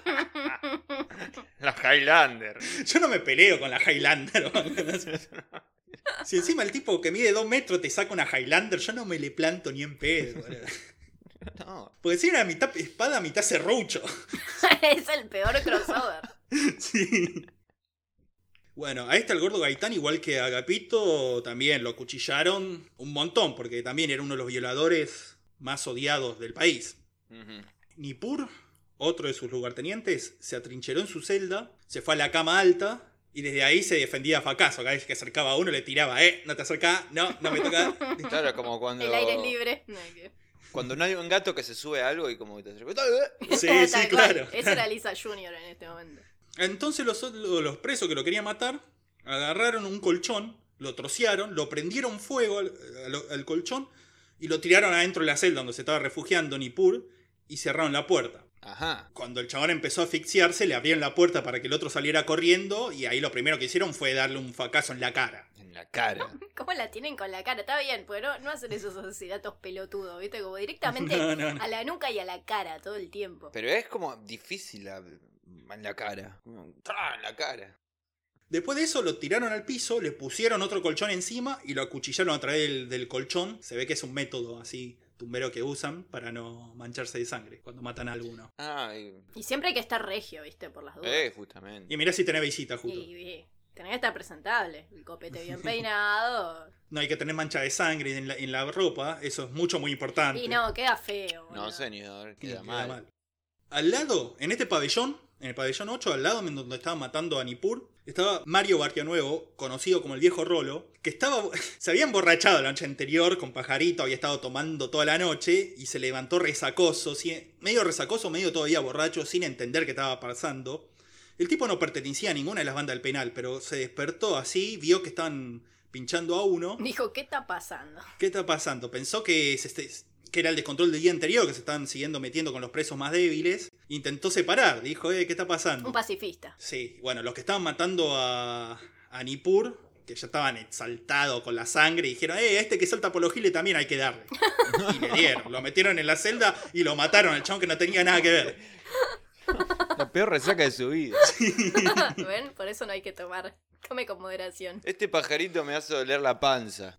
Speaker 4: La Highlander.
Speaker 2: Yo no me peleo con la Highlander. Si encima el tipo que mide 2 metros te saca una Highlander, yo no me le planto ni en pedo.
Speaker 4: No.
Speaker 2: Porque si era mitad espada, mitad serrucho.
Speaker 3: Es el peor crossover.
Speaker 2: Sí. Bueno, a el gordo Gaitán, igual que a Agapito, también lo acuchillaron un montón, porque también era uno de los violadores más odiados del país.
Speaker 4: Uh-huh.
Speaker 2: Nippur, otro de sus lugartenientes, se atrincheró en su celda, se fue a la cama alta y desde ahí se defendía a facazo. Cada vez que acercaba a uno le tiraba, no te acercás, no me tocás.
Speaker 4: Claro, como cuando...
Speaker 3: El aire es libre.
Speaker 4: Cuando no hay un gato que se sube a algo y como que te acerca...
Speaker 2: Sí,
Speaker 3: Tal
Speaker 2: claro.
Speaker 3: cual. Esa era Lisa Junior en este momento.
Speaker 2: Entonces los presos que lo querían matar agarraron un colchón, lo trocearon, lo prendieron fuego al colchón y lo tiraron adentro de la celda donde se estaba refugiando Nippur y cerraron la puerta.
Speaker 4: Ajá.
Speaker 2: Cuando el chabón empezó a asfixiarse, le abrieron la puerta para que el otro saliera corriendo y ahí lo primero que hicieron fue darle un facazo en la cara.
Speaker 4: En la cara.
Speaker 3: ¿Cómo la tienen con la cara? Está bien, porque no hacen esos asesinatos pelotudos, ¿viste? Como directamente
Speaker 2: No.
Speaker 3: a la nuca y a la cara todo el tiempo.
Speaker 4: Pero es como difícil en la cara. ¡Tra! En la cara.
Speaker 2: Después de eso lo tiraron al piso, le pusieron otro colchón encima y lo acuchillaron a través del colchón. Se ve que es un método así tumbero que usan para no mancharse de sangre cuando matan a alguno.
Speaker 4: Ah,
Speaker 3: Y siempre hay que estar regio, ¿viste? Por las dudas.
Speaker 4: justamente.
Speaker 2: Y mirá si tenés visita justo.
Speaker 3: Y tenés que estar presentable. El copete bien peinado.
Speaker 2: No hay que tener mancha de sangre en la ropa, eso es muy importante.
Speaker 3: Y no, queda feo.
Speaker 4: No,
Speaker 3: boludo.
Speaker 4: señor,
Speaker 2: Sí,
Speaker 4: queda
Speaker 2: queda
Speaker 4: mal.
Speaker 2: Al lado, en este pabellón, en el pabellón 8, al lado donde estaban matando a Nippur, estaba Mario Barrionuevo, conocido como el Viejo Rolo, que se había emborrachado la noche anterior con Pajarito, había estado tomando toda la noche y se levantó resacoso, medio todavía borracho, sin entender qué estaba pasando. El tipo no pertenecía a ninguna de las bandas del penal, pero se despertó así, vio que estaban pinchando a uno.
Speaker 3: Dijo, ¿qué está pasando?
Speaker 2: ¿Qué está pasando? Pensó que era el descontrol del día anterior, que se estaban siguiendo metiendo con los presos más débiles. Intentó separar, dijo, ¿qué está pasando?
Speaker 3: Un pacifista.
Speaker 2: Sí, bueno, los que estaban matando a Nippur, que ya estaban exaltados con la sangre, dijeron, este que salta por los giles también hay que darle. Y le dieron, lo metieron en la celda y lo mataron al chabón que no tenía nada que ver.
Speaker 4: La peor resaca de su vida.
Speaker 3: ¿Ven? Por eso no hay que tomar. Come con moderación.
Speaker 4: Este pajarito me hace doler la panza.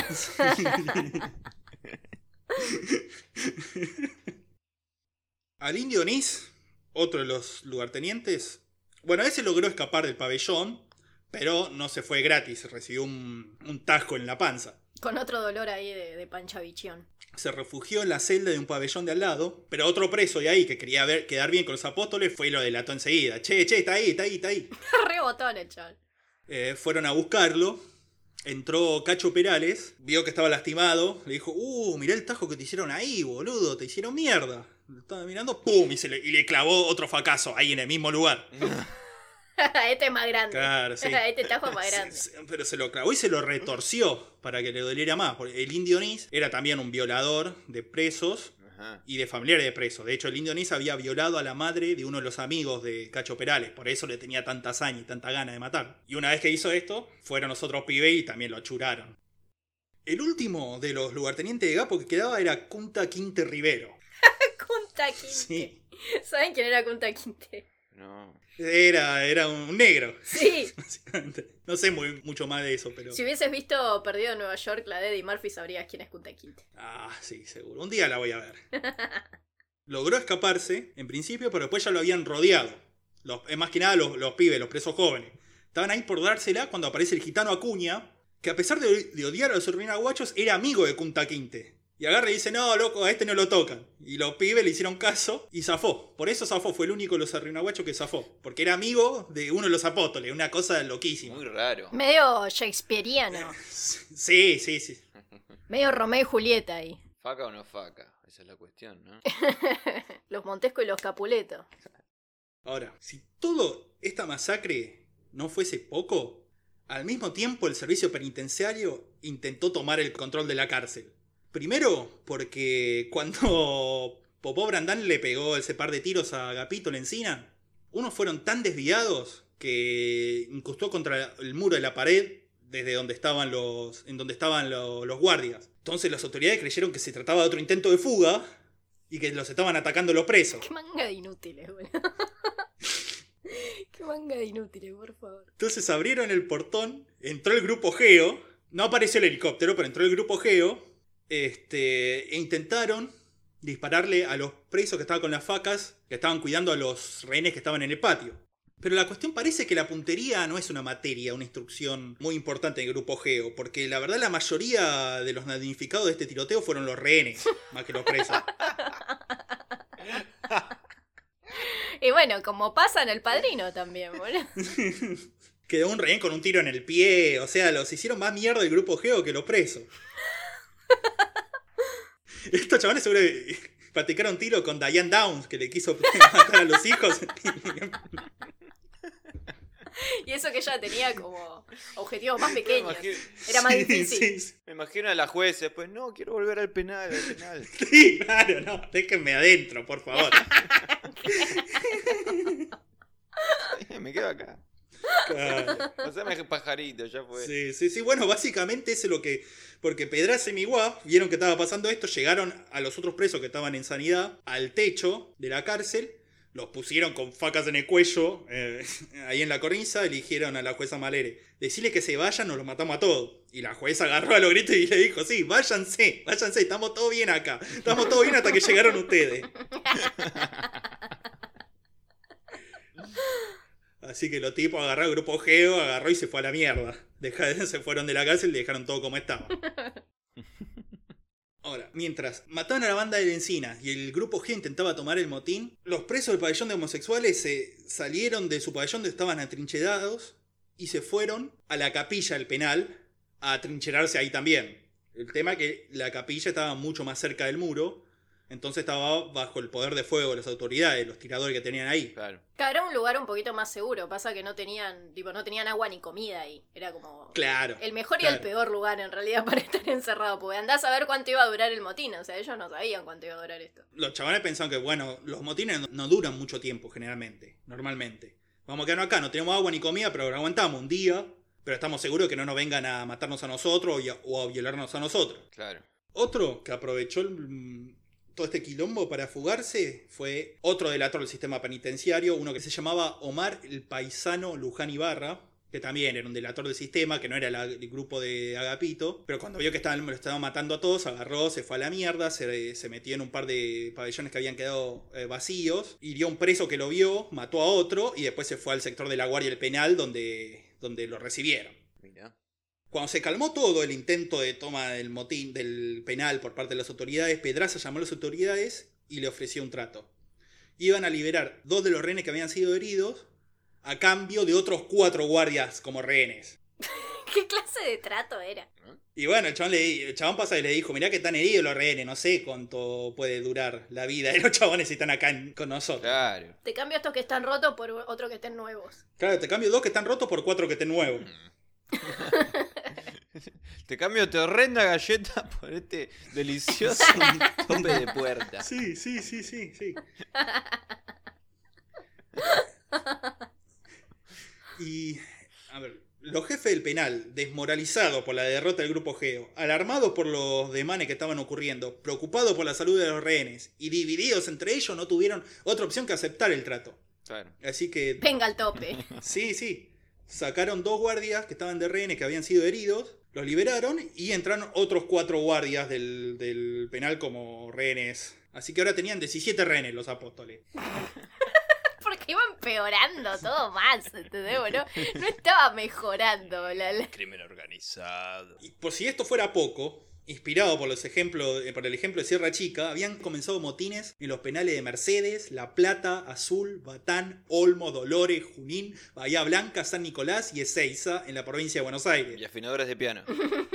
Speaker 2: Al Indio Nis, otro de los lugartenientes, bueno, ese logró escapar del pabellón, pero no se fue gratis, recibió un tasco en la panza.
Speaker 3: Con otro dolor ahí de panchavichión.
Speaker 2: Se refugió en la celda de un pabellón de al lado, pero otro preso de ahí que quería quedar bien con los apóstoles fue y lo delató enseguida. Che, está ahí.
Speaker 3: Re botón el chaval.
Speaker 2: Fueron a buscarlo, entró Cacho Perales, vio que estaba lastimado, le dijo, mirá el tajo que te hicieron ahí, boludo, te hicieron mierda. Lo estaba mirando, ¡pum! Y le clavó otro fracaso ahí en el mismo lugar.
Speaker 3: Este es más grande.
Speaker 2: Claro, sí.
Speaker 3: Este tajo es más grande.
Speaker 2: Pero se lo clavó y se lo retorció para que le doliera más. Porque el Indio Nis era también un violador de presos y de familiares de presos. De hecho, el Indio Nis había violado a la madre de uno de los amigos de Cacho Perales. Por eso le tenía tanta hazaña y tanta gana de matar. Y una vez que hizo esto, fueron los otros pibes y también lo achuraron. El último de los lugartenientes de Gapo que quedaba era Kunta Quinte Rivero.
Speaker 3: Kunta Quinte.
Speaker 2: Sí.
Speaker 3: ¿Saben quién era Kunta Quinte?
Speaker 4: No.
Speaker 2: Era un negro.
Speaker 3: Sí.
Speaker 2: Básicamente. No sé mucho más de eso, pero...
Speaker 3: Si hubieses visto Perdido en Nueva York, la de Eddie Murphy, sabrías quién es Kunta Quinte.
Speaker 2: Ah, sí, seguro. Un día la voy a ver. Logró escaparse, en principio, pero después ya lo habían rodeado. Más que nada los pibes, los presos jóvenes. Estaban ahí por dársela cuando aparece el gitano Acuña, que a pesar de odiar a los urbinaguachos, era amigo de Kunta Quinte. Y agarra y dice, no, loco, a este no lo tocan. Y los pibes le hicieron caso y zafó. Por eso zafó, fue el único de los arrinaguachos que zafó. Porque era amigo de uno de los apóstoles, una cosa loquísima.
Speaker 4: Muy raro.
Speaker 3: Medio shakespeariano.
Speaker 2: Sí.
Speaker 3: Medio Romeo y Julieta ahí.
Speaker 4: ¿Faca o no faca? Esa es la cuestión, ¿no?
Speaker 3: Los Montesco y los Capuleto.
Speaker 2: Ahora, si toda esta masacre no fuese poco, al mismo tiempo el servicio penitenciario intentó tomar el control de la cárcel. Primero, porque cuando Popó Brandán le pegó ese par de tiros a Agapito en la encina, unos fueron tan desviados que incrustó contra el muro de la pared desde donde estaban los guardias. Entonces las autoridades creyeron que se trataba de otro intento de fuga y que los estaban atacando los presos.
Speaker 3: Qué manga de inútiles, boludo. Qué manga de inútiles, por favor.
Speaker 2: Entonces abrieron el portón, entró el grupo Geo, no apareció el helicóptero, pero entró el grupo Geo, e intentaron dispararle a los presos que estaban con las facas, que estaban cuidando a los rehenes que estaban en el patio. Pero la cuestión parece que la puntería no es una materia, una instrucción muy importante en el grupo Geo, porque la verdad la mayoría de los damnificados de este tiroteo fueron los rehenes, más que los presos.
Speaker 3: Y bueno, como pasa en El Padrino también, boludo.
Speaker 2: Quedó un rehén con un tiro en el pie, o sea, los hicieron más mierda el grupo Geo que los presos. Estos chavales seguro practicaron tiro con Diane Downs, que le quiso matar a los hijos.
Speaker 3: Y eso que ella tenía como objetivos más
Speaker 4: Me
Speaker 3: pequeños.
Speaker 4: imagino,
Speaker 3: Era más
Speaker 2: Sí,
Speaker 3: difícil.
Speaker 2: sí,
Speaker 4: me imagino a la jueza, pues no, quiero volver al penal,
Speaker 2: sí, claro, no, déjenme adentro, por favor.
Speaker 4: Me quedo acá.
Speaker 2: Claro.
Speaker 4: Pasame pajarito, ya fue.
Speaker 2: Sí, bueno, básicamente eso es lo que... Porque Pedraza y Miguá vieron que estaba pasando esto, llegaron a los otros presos que estaban en sanidad al techo de la cárcel, los pusieron con facas en el cuello, ahí en la cornisa, eligieron a la jueza Malere. Decirle que se vayan o los matamos a todos. Y la jueza agarró a los gritos y le dijo, sí, váyanse, estamos todos bien acá. Estamos todos bien hasta que llegaron ustedes. Así que los tipos agarraron el grupo Geo, agarró y se fue a la mierda. Se fueron de la cárcel y dejaron todo como estaba. Ahora, mientras mataban a la banda de Encina y el grupo G intentaba tomar el motín, los presos del pabellón de homosexuales se salieron de su pabellón donde estaban atrincherados y se fueron a la capilla del penal a atrincherarse ahí también. El tema es que la capilla estaba mucho más cerca del muro, entonces estaba bajo el poder de fuego de las autoridades, los tiradores que tenían ahí.
Speaker 4: Claro.
Speaker 3: Claro, era un lugar un poquito más seguro. Pasa que no tenían agua ni comida ahí. Era como
Speaker 2: Claro.
Speaker 3: el mejor y
Speaker 2: claro.
Speaker 3: el peor lugar en realidad para estar encerrado. Porque andás a ver cuánto iba a durar el motín. O sea, ellos no sabían cuánto iba a durar esto.
Speaker 2: Los chavales pensaban que, bueno, los motines no duran mucho tiempo generalmente, normalmente. Vamos a quedarnos acá, no tenemos agua ni comida, pero aguantamos un día, pero estamos seguros de que no nos vengan a matarnos a nosotros o a violarnos a nosotros.
Speaker 4: Claro.
Speaker 2: Otro que aprovechó todo este quilombo para fugarse fue otro delator del sistema penitenciario, uno que se llamaba Omar el Paisano Luján Ibarra, que también era un delator del sistema, que no era el grupo de Agapito, pero cuando vio que lo estaban matando a todos, agarró, se fue a la mierda, se metió en un par de pabellones que habían quedado vacíos, hirió a un preso que lo vio, mató a otro, y después se fue al sector de la Guardia del Penal, donde lo recibieron.
Speaker 4: Mira.
Speaker 2: Cuando se calmó todo el intento de toma del motín del penal por parte de las autoridades, Pedraza llamó a las autoridades y le ofreció un trato. Iban a liberar 2 de los rehenes que habían sido heridos a cambio de otros 4 guardias como rehenes.
Speaker 3: ¿Qué clase de trato era?
Speaker 2: Y bueno, el chabón pasa y le dijo, mirá que están heridos los rehenes, no sé cuánto puede durar la vida de los chabones si están acá con nosotros.
Speaker 4: Claro.
Speaker 3: Te cambio estos que están rotos por otros que estén nuevos.
Speaker 2: Claro, te cambio 2 que están rotos por 4 que estén nuevos.
Speaker 4: Te cambio tu horrenda galleta por este delicioso tope de puerta.
Speaker 2: Sí. Y, a ver, los jefes del penal, desmoralizados por la derrota del grupo Geo, alarmados por los demanes que estaban ocurriendo, preocupados por la salud de los rehenes y divididos entre ellos, no tuvieron otra opción que aceptar el trato.
Speaker 4: Claro.
Speaker 2: Así que,
Speaker 3: Venga al tope.
Speaker 2: sí, sacaron 2 guardias que estaban de rehenes que habían sido heridos, los liberaron y entraron otros 4 guardias del penal como rehenes. Así que ahora tenían 17 rehenes los apóstoles.
Speaker 3: Porque iba empeorando todo más, ¿entendés? No estaba mejorando.
Speaker 4: Crimen organizado.
Speaker 2: Y por si esto fuera poco, inspirado por el ejemplo de Sierra Chica, habían comenzado motines en los penales de Mercedes, La Plata, Azul, Batán, Olmo, Dolores, Junín, Bahía Blanca, San Nicolás y Ezeiza en la provincia de Buenos Aires.
Speaker 4: Y afinadores de piano.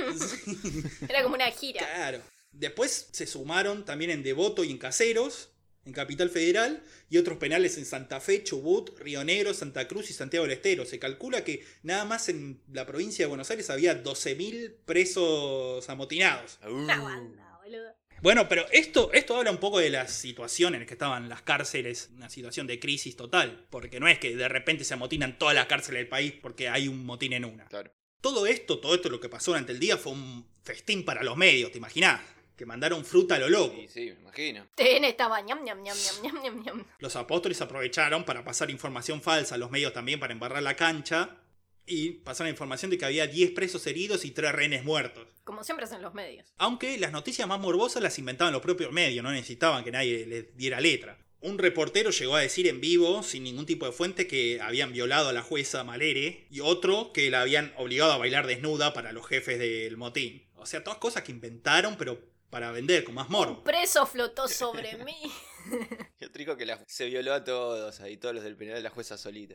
Speaker 3: Era como una gira.
Speaker 2: Claro. Después se sumaron también en Devoto y en Caseros, en Capital Federal, y otros penales en Santa Fe, Chubut, Río Negro, Santa Cruz y Santiago del Estero. Se calcula que nada más en la provincia de Buenos Aires había 12.000 presos amotinados.
Speaker 3: Una banda, boludo.
Speaker 2: Bueno, pero esto habla un poco de la situación en la que estaban las cárceles, una situación de crisis total, porque no es que de repente se amotinan todas las cárceles del país porque hay un motín en una.
Speaker 4: Claro.
Speaker 2: Todo esto lo que pasó durante el día fue un festín para los medios, ¿te imaginás? Que mandaron fruta a lo loco.
Speaker 4: Sí, me imagino.
Speaker 3: TN estaba ñam, ñam, ñam, ñam, ñam, ñam, ñam.
Speaker 2: Los apóstoles aprovecharon para pasar información falsa, los medios también para embarrar la cancha, y pasaron información de que había 10 presos heridos y 3 rehenes muertos.
Speaker 3: Como siempre hacen los medios.
Speaker 2: Aunque las noticias más morbosas las inventaban los propios medios, no necesitaban que nadie les diera letra. Un reportero llegó a decir en vivo, sin ningún tipo de fuente, que habían violado a la jueza Malere, y otro que la habían obligado a bailar desnuda para los jefes del motín. O sea, todas cosas que inventaron, pero para vender con más morbo.
Speaker 3: Un preso flotó sobre mí.
Speaker 4: Qué trico que se violó a todos ahí, todos los del penal de la jueza solita.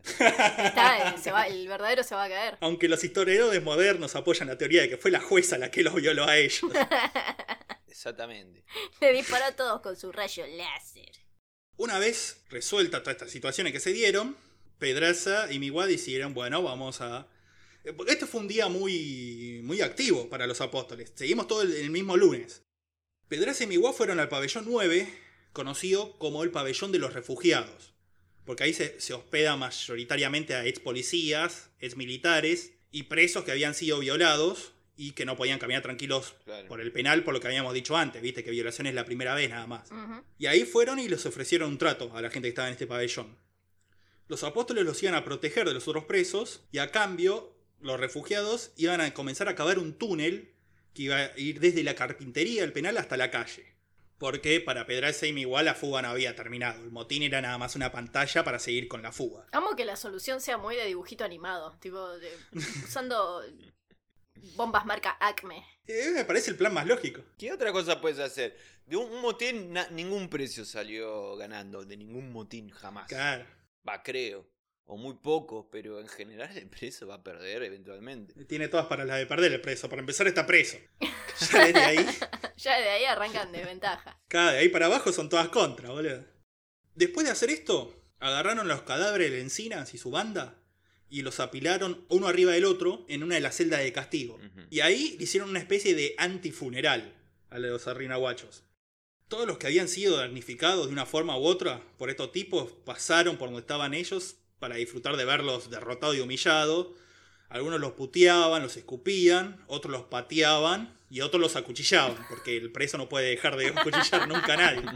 Speaker 3: El verdadero se va a caer.
Speaker 2: Aunque los historiadores modernos apoyan la teoría de que fue la jueza la que los violó a ellos.
Speaker 4: Exactamente.
Speaker 3: Le disparó a todos con su rayo láser.
Speaker 2: Una vez resuelta todas estas situaciones que se dieron, Pedraza y Miguel decidieron, bueno, vamos a... Este fue un día muy, muy activo para los apóstoles. Seguimos todo el mismo lunes. Pedraza y Miguel fueron al pabellón 9, conocido como el pabellón de los refugiados. Porque ahí se hospeda mayoritariamente a ex policías, ex militares y presos que habían sido violados y que no podían caminar tranquilos por el penal, por lo que habíamos dicho antes, viste que violación es la primera vez nada más. Y ahí fueron y les ofrecieron un trato a la gente que estaba en este pabellón. Los apóstoles los iban a proteger de los otros presos y a cambio los refugiados iban a comenzar a cavar un túnel que iba a ir desde la carpintería del penal hasta la calle. Porque para Pedraza y Miguel la fuga no había terminado. El motín era nada más una pantalla para seguir con la fuga.
Speaker 3: Amo que la solución sea muy de dibujito animado, tipo usando bombas marca Acme.
Speaker 2: Me parece el plan más lógico.
Speaker 4: ¿Qué otra cosa puedes hacer? De un motín ningún precio salió ganando, de ningún motín jamás.
Speaker 2: Claro.
Speaker 4: Va, creo. O muy poco, pero en general el preso va a perder eventualmente.
Speaker 2: Tiene todas para las de perder el preso. Para empezar está preso. Ya desde ahí...
Speaker 3: Ya de ahí arrancan desventaja.
Speaker 2: Cada de ahí para abajo son todas contra, boludo. Después de hacer esto, agarraron los cadáveres de Encinas y su banda y los apilaron uno arriba del otro en una de las celdas de castigo. Y ahí hicieron una especie de antifuneral a los arrinaguachos. Todos los que habían sido damnificados de una forma u otra por estos tipos pasaron por donde estaban ellos para disfrutar de verlos derrotados y humillados. Algunos los puteaban, los escupían, otros los pateaban y otros los acuchillaban, porque el preso no puede dejar de acuchillar nunca a nadie.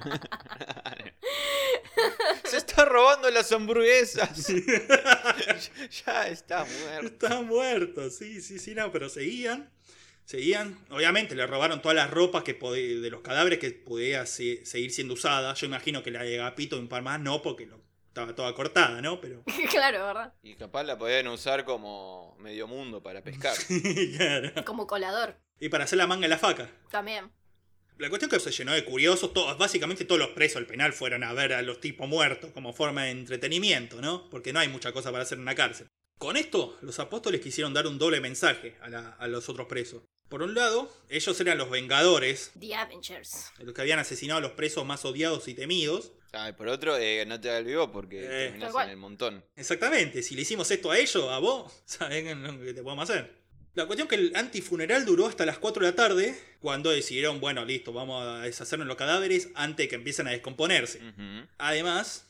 Speaker 4: ¡Se está robando las hamburguesas! Ya está muerto.
Speaker 2: Está muerto, sí, no, pero seguían. Obviamente le robaron todas las ropas de los cadáveres que podía seguir siendo usadas. Yo imagino que la de Agapito y un par más no, porque estaba toda cortada, ¿no? Pero...
Speaker 3: Claro, ¿verdad?
Speaker 4: Y capaz la podían usar como medio mundo para pescar.
Speaker 2: Claro.
Speaker 3: Como colador.
Speaker 2: Y para hacer la manga en la faca.
Speaker 3: También.
Speaker 2: La cuestión es que se llenó de curiosos. Básicamente todos los presos del penal fueron a ver a los tipos muertos como forma de entretenimiento, ¿no? Porque no hay mucha cosa para hacer en una cárcel. Con esto, los apóstoles quisieron dar un doble mensaje a los otros presos. Por un lado, ellos eran los vengadores.
Speaker 3: The Avengers.
Speaker 2: Los que habían asesinado a los presos más odiados y temidos.
Speaker 4: Y por otro, no te hagas vivo porque terminás en el montón.
Speaker 2: Exactamente, si le hicimos esto a ellos, a vos, ¿saben lo que te podemos hacer? La cuestión es que el antifuneral duró hasta las 4 de la tarde, cuando decidieron, bueno, listo, vamos a deshacernos los cadáveres antes de que empiecen a descomponerse. Además,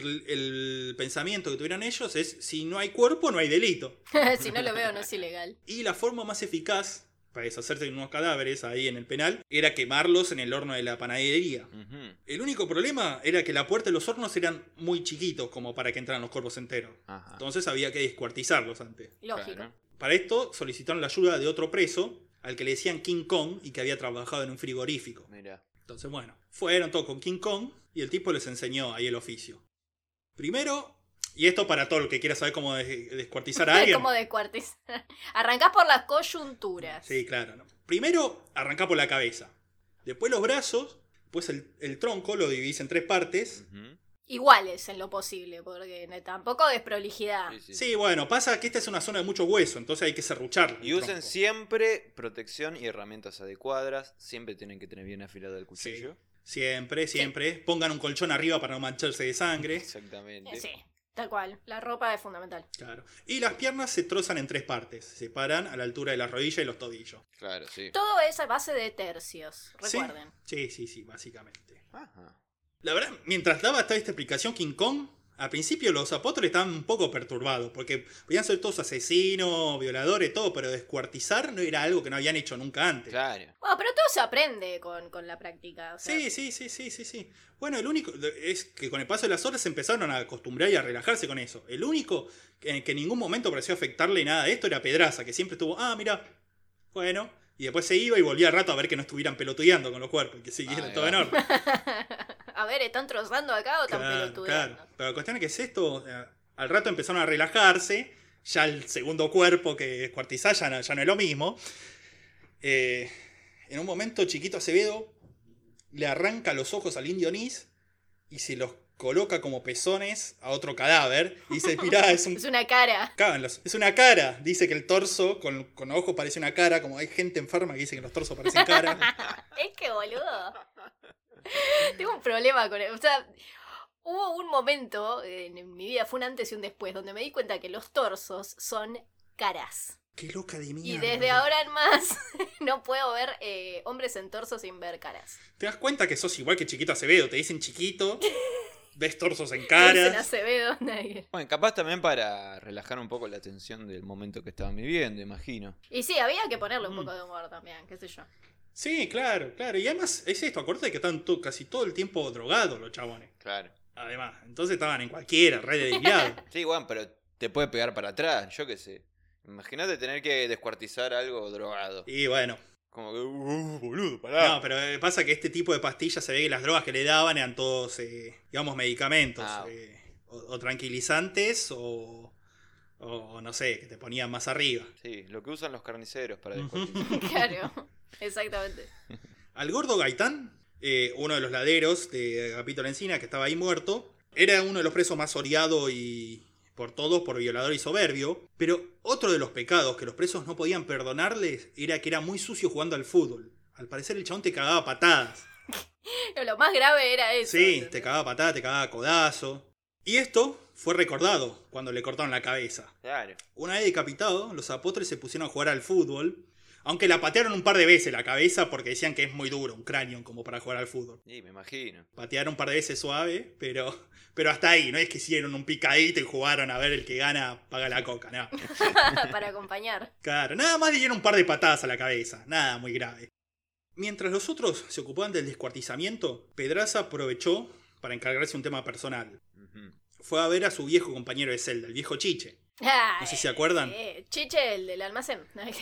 Speaker 2: el pensamiento que tuvieron ellos es, si no hay cuerpo, no hay delito.
Speaker 3: Si no lo veo, no es ilegal.
Speaker 2: Y la forma más eficaz para deshacerse de unos cadáveres ahí en el penal era quemarlos en el horno de la panadería. El único problema era que la puerta de los hornos eran muy chiquitos como para que entraran los cuerpos enteros. Entonces había que descuartizarlos antes.
Speaker 3: Lógico.
Speaker 4: Claro.
Speaker 2: Para esto solicitaron la ayuda de otro preso al que le decían King Kong y que había trabajado en un frigorífico.
Speaker 4: Mirá.
Speaker 2: Entonces bueno, fueron todos con King Kong y el tipo les enseñó ahí el oficio. Primero, y esto para todo el que quiera saber cómo descuartizar a alguien.
Speaker 3: ¿Cómo descuartizar? Arrancás por las coyunturas.
Speaker 2: Sí, claro. ¿No? Primero, arrancá por la cabeza. Después los brazos. Después el tronco lo dividís en 3 partes.
Speaker 3: Iguales en lo posible, porque tampoco desprolijidad.
Speaker 2: Sí, bueno, pasa que esta es una zona de mucho hueso, entonces hay que serruchar.
Speaker 4: Y usen siempre protección y herramientas adecuadas. Siempre tienen que tener bien afilado el cuchillo.
Speaker 2: Sí. Siempre. Pongan un colchón arriba para no mancharse de sangre.
Speaker 4: Exactamente.
Speaker 3: Sí, tal cual. La ropa es fundamental.
Speaker 2: Claro. Y las piernas se trozan en 3 partes. Se separan a la altura de la rodilla y los tobillos.
Speaker 4: Claro, sí.
Speaker 3: Todo es a base de tercios, recuerden.
Speaker 2: Sí, básicamente.
Speaker 4: Ajá.
Speaker 2: La verdad, mientras daba toda esta explicación King Kong, al principio los apóstoles estaban un poco perturbados, porque podían ser todos asesinos, violadores, todo, pero descuartizar no era algo que no habían hecho nunca antes.
Speaker 4: Claro.
Speaker 3: Bueno, pero todo se aprende con la práctica. O sea.
Speaker 2: Sí. Bueno, el único es que con el paso de las horas se empezaron a acostumbrar y a relajarse con eso. El único que en ningún momento pareció afectarle nada de esto era Pedraza, que siempre estuvo, mirá, bueno, y después se iba y volvía al rato a ver que no estuvieran pelotudeando con los cuerpos, que siguieran todo en orden.
Speaker 3: A ver, ¿están trozando acá o están pelotudeando?
Speaker 2: Claro. Pero la cuestión es que es esto, al rato empezaron a relajarse, ya el segundo cuerpo que descuartizar ya no es lo mismo. En un momento Chiquito Acevedo le arranca los ojos al indio Nis y se los coloca como pezones a otro cadáver. Y dice, mirá, es
Speaker 3: una cara.
Speaker 2: Cáganlos. Es una cara. Dice que el torso con ojos parece una cara, como hay gente enferma que dice que los torsos parecen cara.
Speaker 3: Es que boludo. Tengo un problema con eso. O sea, Hubo un momento en mi vida, fue un antes y un después, donde me di cuenta que los torsos son caras.
Speaker 2: Qué loca de
Speaker 3: Y
Speaker 2: mierda.
Speaker 3: desde ahora en más no puedo ver hombres en torso sin ver caras.
Speaker 2: Te das cuenta que sos igual que Chiquito Acevedo. Te dicen chiquito, ves torsos en
Speaker 3: Dicen
Speaker 2: caras.
Speaker 3: Acevedo, nadie.
Speaker 4: Bueno, capaz también para relajar un poco la tensión del momento que estaban viviendo, imagino.
Speaker 3: Y sí, había que ponerle un poco de humor también, qué sé yo.
Speaker 2: Sí, claro, claro. Y además es esto, acuérdate que están casi todo el tiempo drogados los chabones.
Speaker 4: Claro.
Speaker 2: Además, entonces estaban en cualquiera, re desviados.
Speaker 4: Sí, bueno, pero te puede pegar para atrás, yo qué sé. Imagínate tener que descuartizar algo drogado.
Speaker 2: Y bueno.
Speaker 4: Como que, boludo, pará.
Speaker 2: No, pero pasa que este tipo de pastillas se ve que las drogas que le daban eran todos, digamos, medicamentos.
Speaker 4: Ah.
Speaker 2: O tranquilizantes o no sé, que te ponían más arriba.
Speaker 4: Sí, lo que usan los carniceros para
Speaker 2: Ujú.
Speaker 4: descuartizar.
Speaker 3: Claro, exactamente.
Speaker 2: Al gordo Gaitán, uno de los laderos de Agapito Lencina, que estaba ahí muerto, era uno de los presos más odiado y por todos por violador y soberbio, pero otro de los pecados que los presos no podían perdonarles era que era muy sucio jugando al fútbol. Al parecer el chabón te cagaba a patadas.
Speaker 3: Lo más grave era eso.
Speaker 2: Sí,
Speaker 3: ¿entendés?
Speaker 2: te cagaba a patadas, te cagaba a codazo. Y esto fue recordado cuando le cortaron la cabeza.
Speaker 4: Claro.
Speaker 2: Una vez decapitado, los apóstoles se pusieron a jugar al fútbol, aunque la patearon un par de veces la cabeza porque decían que es muy duro, un cráneo como para jugar al fútbol.
Speaker 4: Sí, me imagino.
Speaker 2: Patearon un par de veces suave, pero hasta ahí, no es que hicieron un picadito y jugaron a ver el que gana paga la coca, no.
Speaker 3: Para acompañar.
Speaker 2: Claro, nada más le dieron un par de patadas a la cabeza, nada muy grave. Mientras los otros se ocupaban del descuartizamiento, Pedraza aprovechó para encargarse un tema personal.
Speaker 4: Ujú.
Speaker 2: Fue a ver a su viejo compañero de celda, el viejo Chiche.
Speaker 3: Ah,
Speaker 2: No sé si se acuerdan.
Speaker 3: Chiche, el del almacén.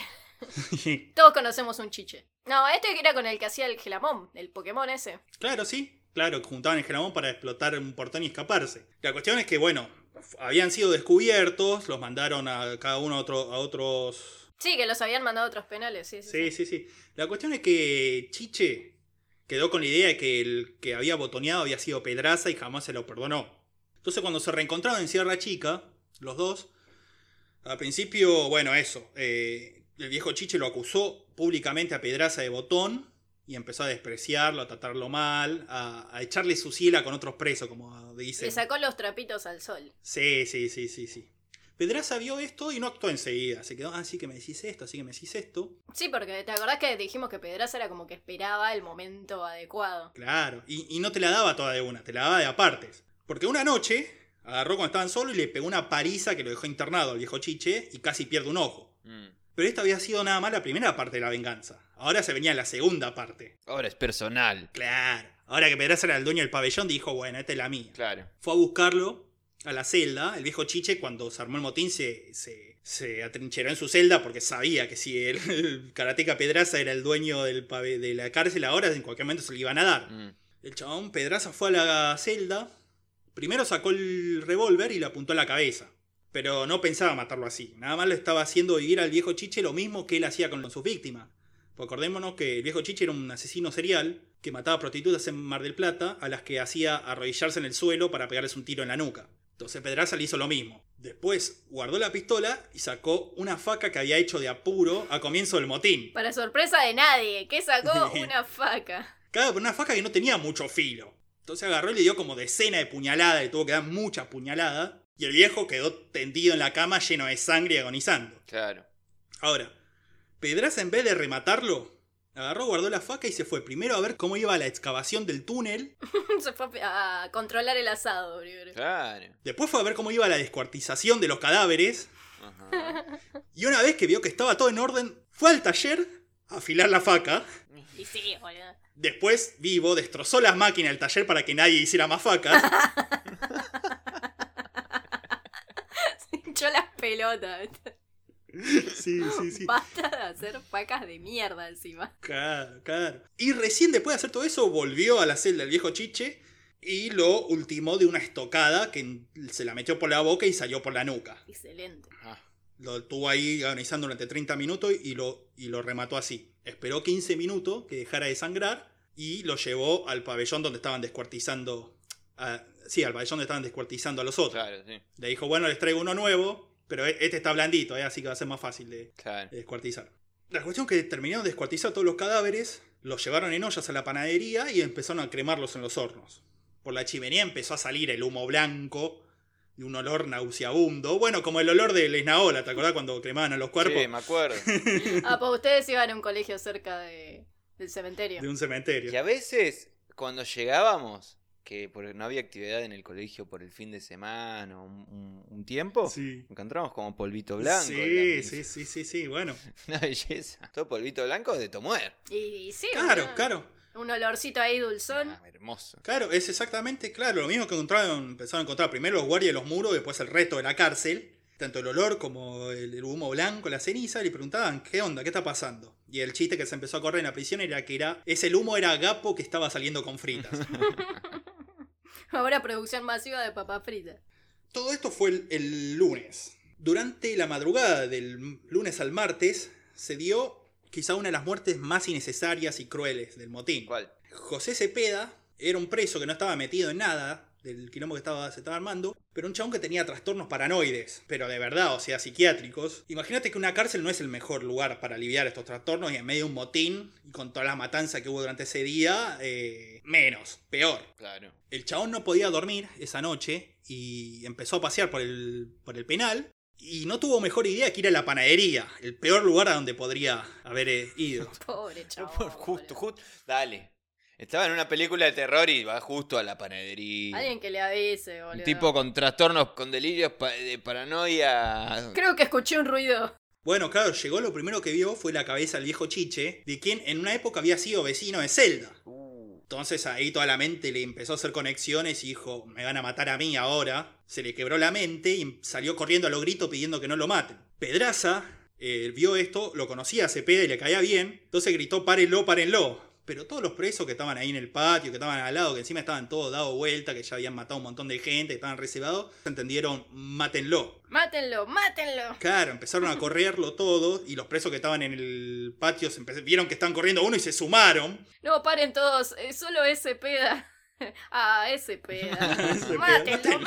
Speaker 3: Todos conocemos un chiche. No, este era con el que hacía el gelamón, el Pokémon ese.
Speaker 2: Claro, sí. Claro, que juntaban el gelamón para explotar un portón y escaparse. La cuestión es que, bueno, habían sido descubiertos, los mandaron a cada uno a otros...
Speaker 3: Sí, que los habían mandado a otros penales, sí.
Speaker 2: Sí. La cuestión es que Chiche quedó con la idea de que el que había botoneado había sido Pedraza y jamás se lo perdonó. Entonces cuando se reencontraron en Sierra Chica, los dos, al principio, bueno, eso, el viejo Chiche lo acusó públicamente a Pedraza de botón y empezó a despreciarlo, a tratarlo mal, a echarle su ciela con otros presos, como dicen.
Speaker 3: Le sacó los trapitos al sol.
Speaker 2: Sí. Pedraza vio esto y no actuó enseguida. Se quedó, sí que me decís esto, sí que me decís esto.
Speaker 3: Sí, porque ¿te acordás que dijimos que Pedraza era como que esperaba el momento adecuado?
Speaker 2: Claro, y no te la daba toda de una, te la daba de apartes. Porque una noche agarró cuando estaban solos y le pegó una paliza que lo dejó internado al viejo Chiche y casi pierde un ojo. Pero esta había sido nada más la primera parte de la venganza. Ahora se venía la segunda parte.
Speaker 4: Ahora es personal.
Speaker 2: Claro. Ahora que Pedraza era el dueño del pabellón, dijo, bueno, esta es la mía.
Speaker 4: Claro.
Speaker 2: Fue a buscarlo a la celda. El viejo Chiche, cuando se armó el motín, se atrincheró en su celda porque sabía que si el karateca Pedraza era el dueño de la cárcel, ahora en cualquier momento se le iban a dar. El chabón Pedraza fue a la celda. Primero sacó el revólver y le apuntó a la cabeza. Pero no pensaba matarlo así. Nada más le estaba haciendo vivir al viejo Chiche lo mismo que él hacía con sus víctimas. Pues acordémonos que el viejo Chiche era un asesino serial que mataba prostitutas en Mar del Plata a las que hacía arrodillarse en el suelo para pegarles un tiro en la nuca. Entonces Pedraza le hizo lo mismo. Después guardó la pistola y sacó una faca que había hecho de apuro a comienzo del motín.
Speaker 3: Para sorpresa de nadie, que sacó una faca.
Speaker 2: Claro, pero una faca que no tenía mucho filo. Entonces agarró y le dio como decena de puñaladas, le tuvo que dar muchas puñaladas. Y el viejo quedó tendido en la cama lleno de sangre y agonizando.
Speaker 4: Claro.
Speaker 2: Ahora, Pedraza en vez de rematarlo, agarró, guardó la faca y se fue primero a ver cómo iba la excavación del túnel.
Speaker 3: Se fue a controlar el asado primero.
Speaker 4: Claro.
Speaker 2: Después fue a ver cómo iba la descuartización de los cadáveres.
Speaker 4: Ajá.
Speaker 2: Y una vez que vio que estaba todo en orden, fue al taller a afilar la faca.
Speaker 3: Y sí, boludo.
Speaker 2: Después, vivo, destrozó las máquinas del taller para que nadie hiciera más facas.
Speaker 3: Se hinchó las pelotas.
Speaker 2: Sí.
Speaker 3: Basta de hacer facas de mierda encima.
Speaker 2: Claro. Y recién después de hacer todo eso, volvió a la celda del viejo Chiche y lo ultimó de una estocada que se la metió por la boca y salió por la nuca.
Speaker 3: Excelente.
Speaker 2: Lo tuvo ahí agonizando durante 30 minutos y lo remató así. Esperó 15 minutos que dejara de sangrar y lo llevó al pabellón donde estaban descuartizando. Al pabellón donde estaban descuartizando a los otros.
Speaker 4: Claro, sí.
Speaker 2: Le dijo, bueno, les traigo uno nuevo, pero este está blandito, así que va a ser más fácil de descuartizar. La cuestión es que terminaron de descuartizar todos los cadáveres, los llevaron en ollas a la panadería y empezaron a cremarlos en los hornos. por la chimenea empezó a salir el humo blanco de un olor nauseabundo. Bueno, como el olor de Lesnaola, ¿te acordás cuando cremaban a los cuerpos?
Speaker 4: Sí, me acuerdo.
Speaker 3: Pues ustedes iban a un colegio cerca del cementerio.
Speaker 2: De un cementerio.
Speaker 4: Y a veces, cuando llegábamos, que no había actividad en el colegio por el fin de semana o un tiempo,
Speaker 2: Sí.
Speaker 4: encontramos como polvito blanco.
Speaker 2: Sí, bueno.
Speaker 4: Una belleza. Todo polvito blanco de Tomuer.
Speaker 3: Y sí,
Speaker 2: Claro.
Speaker 3: un olorcito ahí dulzón.
Speaker 4: Hermoso.
Speaker 2: Claro, es exactamente, claro, lo mismo que empezaron a encontrar primero los guardias de los muros, después el resto de la cárcel. Tanto el olor como el humo blanco, la ceniza, le preguntaban, ¿qué onda? ¿Qué está pasando? Y el chiste que se empezó a correr en la prisión era que ese humo era Gapo que estaba saliendo con fritas.
Speaker 3: Ahora producción masiva de papas fritas.
Speaker 2: Todo esto fue el lunes. Durante la madrugada del lunes al martes se dio quizá una de las muertes más innecesarias y crueles del motín.
Speaker 4: ¿Cuál?
Speaker 2: José Cepeda era un preso que no estaba metido en nada del quilombo que se estaba armando, pero un chabón que tenía trastornos paranoides, pero de verdad, o sea, psiquiátricos. Imagínate que una cárcel no es el mejor lugar para aliviar estos trastornos, y en medio de un motín, y con toda la matanza que hubo durante ese día, menos, peor.
Speaker 4: Claro.
Speaker 2: El chabón no podía dormir esa noche y empezó a pasear por el penal. Y no tuvo mejor idea que ir a la panadería, el peor lugar a donde podría haber ido.
Speaker 3: Pobre chabón.
Speaker 4: Justo. Dale. Estaba en una película de terror y va justo a la panadería.
Speaker 3: Alguien que le avise, boludo.
Speaker 4: Un tipo con trastornos, con delirios de paranoia.
Speaker 3: Creo que escuché un ruido.
Speaker 2: Bueno, claro, llegó, lo primero que vio fue la cabeza del viejo Chiche, de quien en una época había sido vecino de Zelda. Entonces ahí toda la mente le empezó a hacer conexiones y dijo, me van a matar a mí ahora. Se le quebró la mente y salió corriendo a los gritos pidiendo que no lo maten. Pedraza vio esto, lo conocía a Cepeda y le caía bien, entonces gritó, párenlo, párenlo. Pero todos los presos que estaban ahí en el patio, que estaban al lado, que encima estaban todos dados vuelta, que ya habían matado un montón de gente, que estaban reservados, entendieron, mátenlo.
Speaker 3: Mátenlo.
Speaker 2: Claro, empezaron a correrlo todo y los presos que estaban en el patio vieron que estaban corriendo uno y se sumaron.
Speaker 3: No, paren todos, solo ese peda. Ese peda. Mátenlo.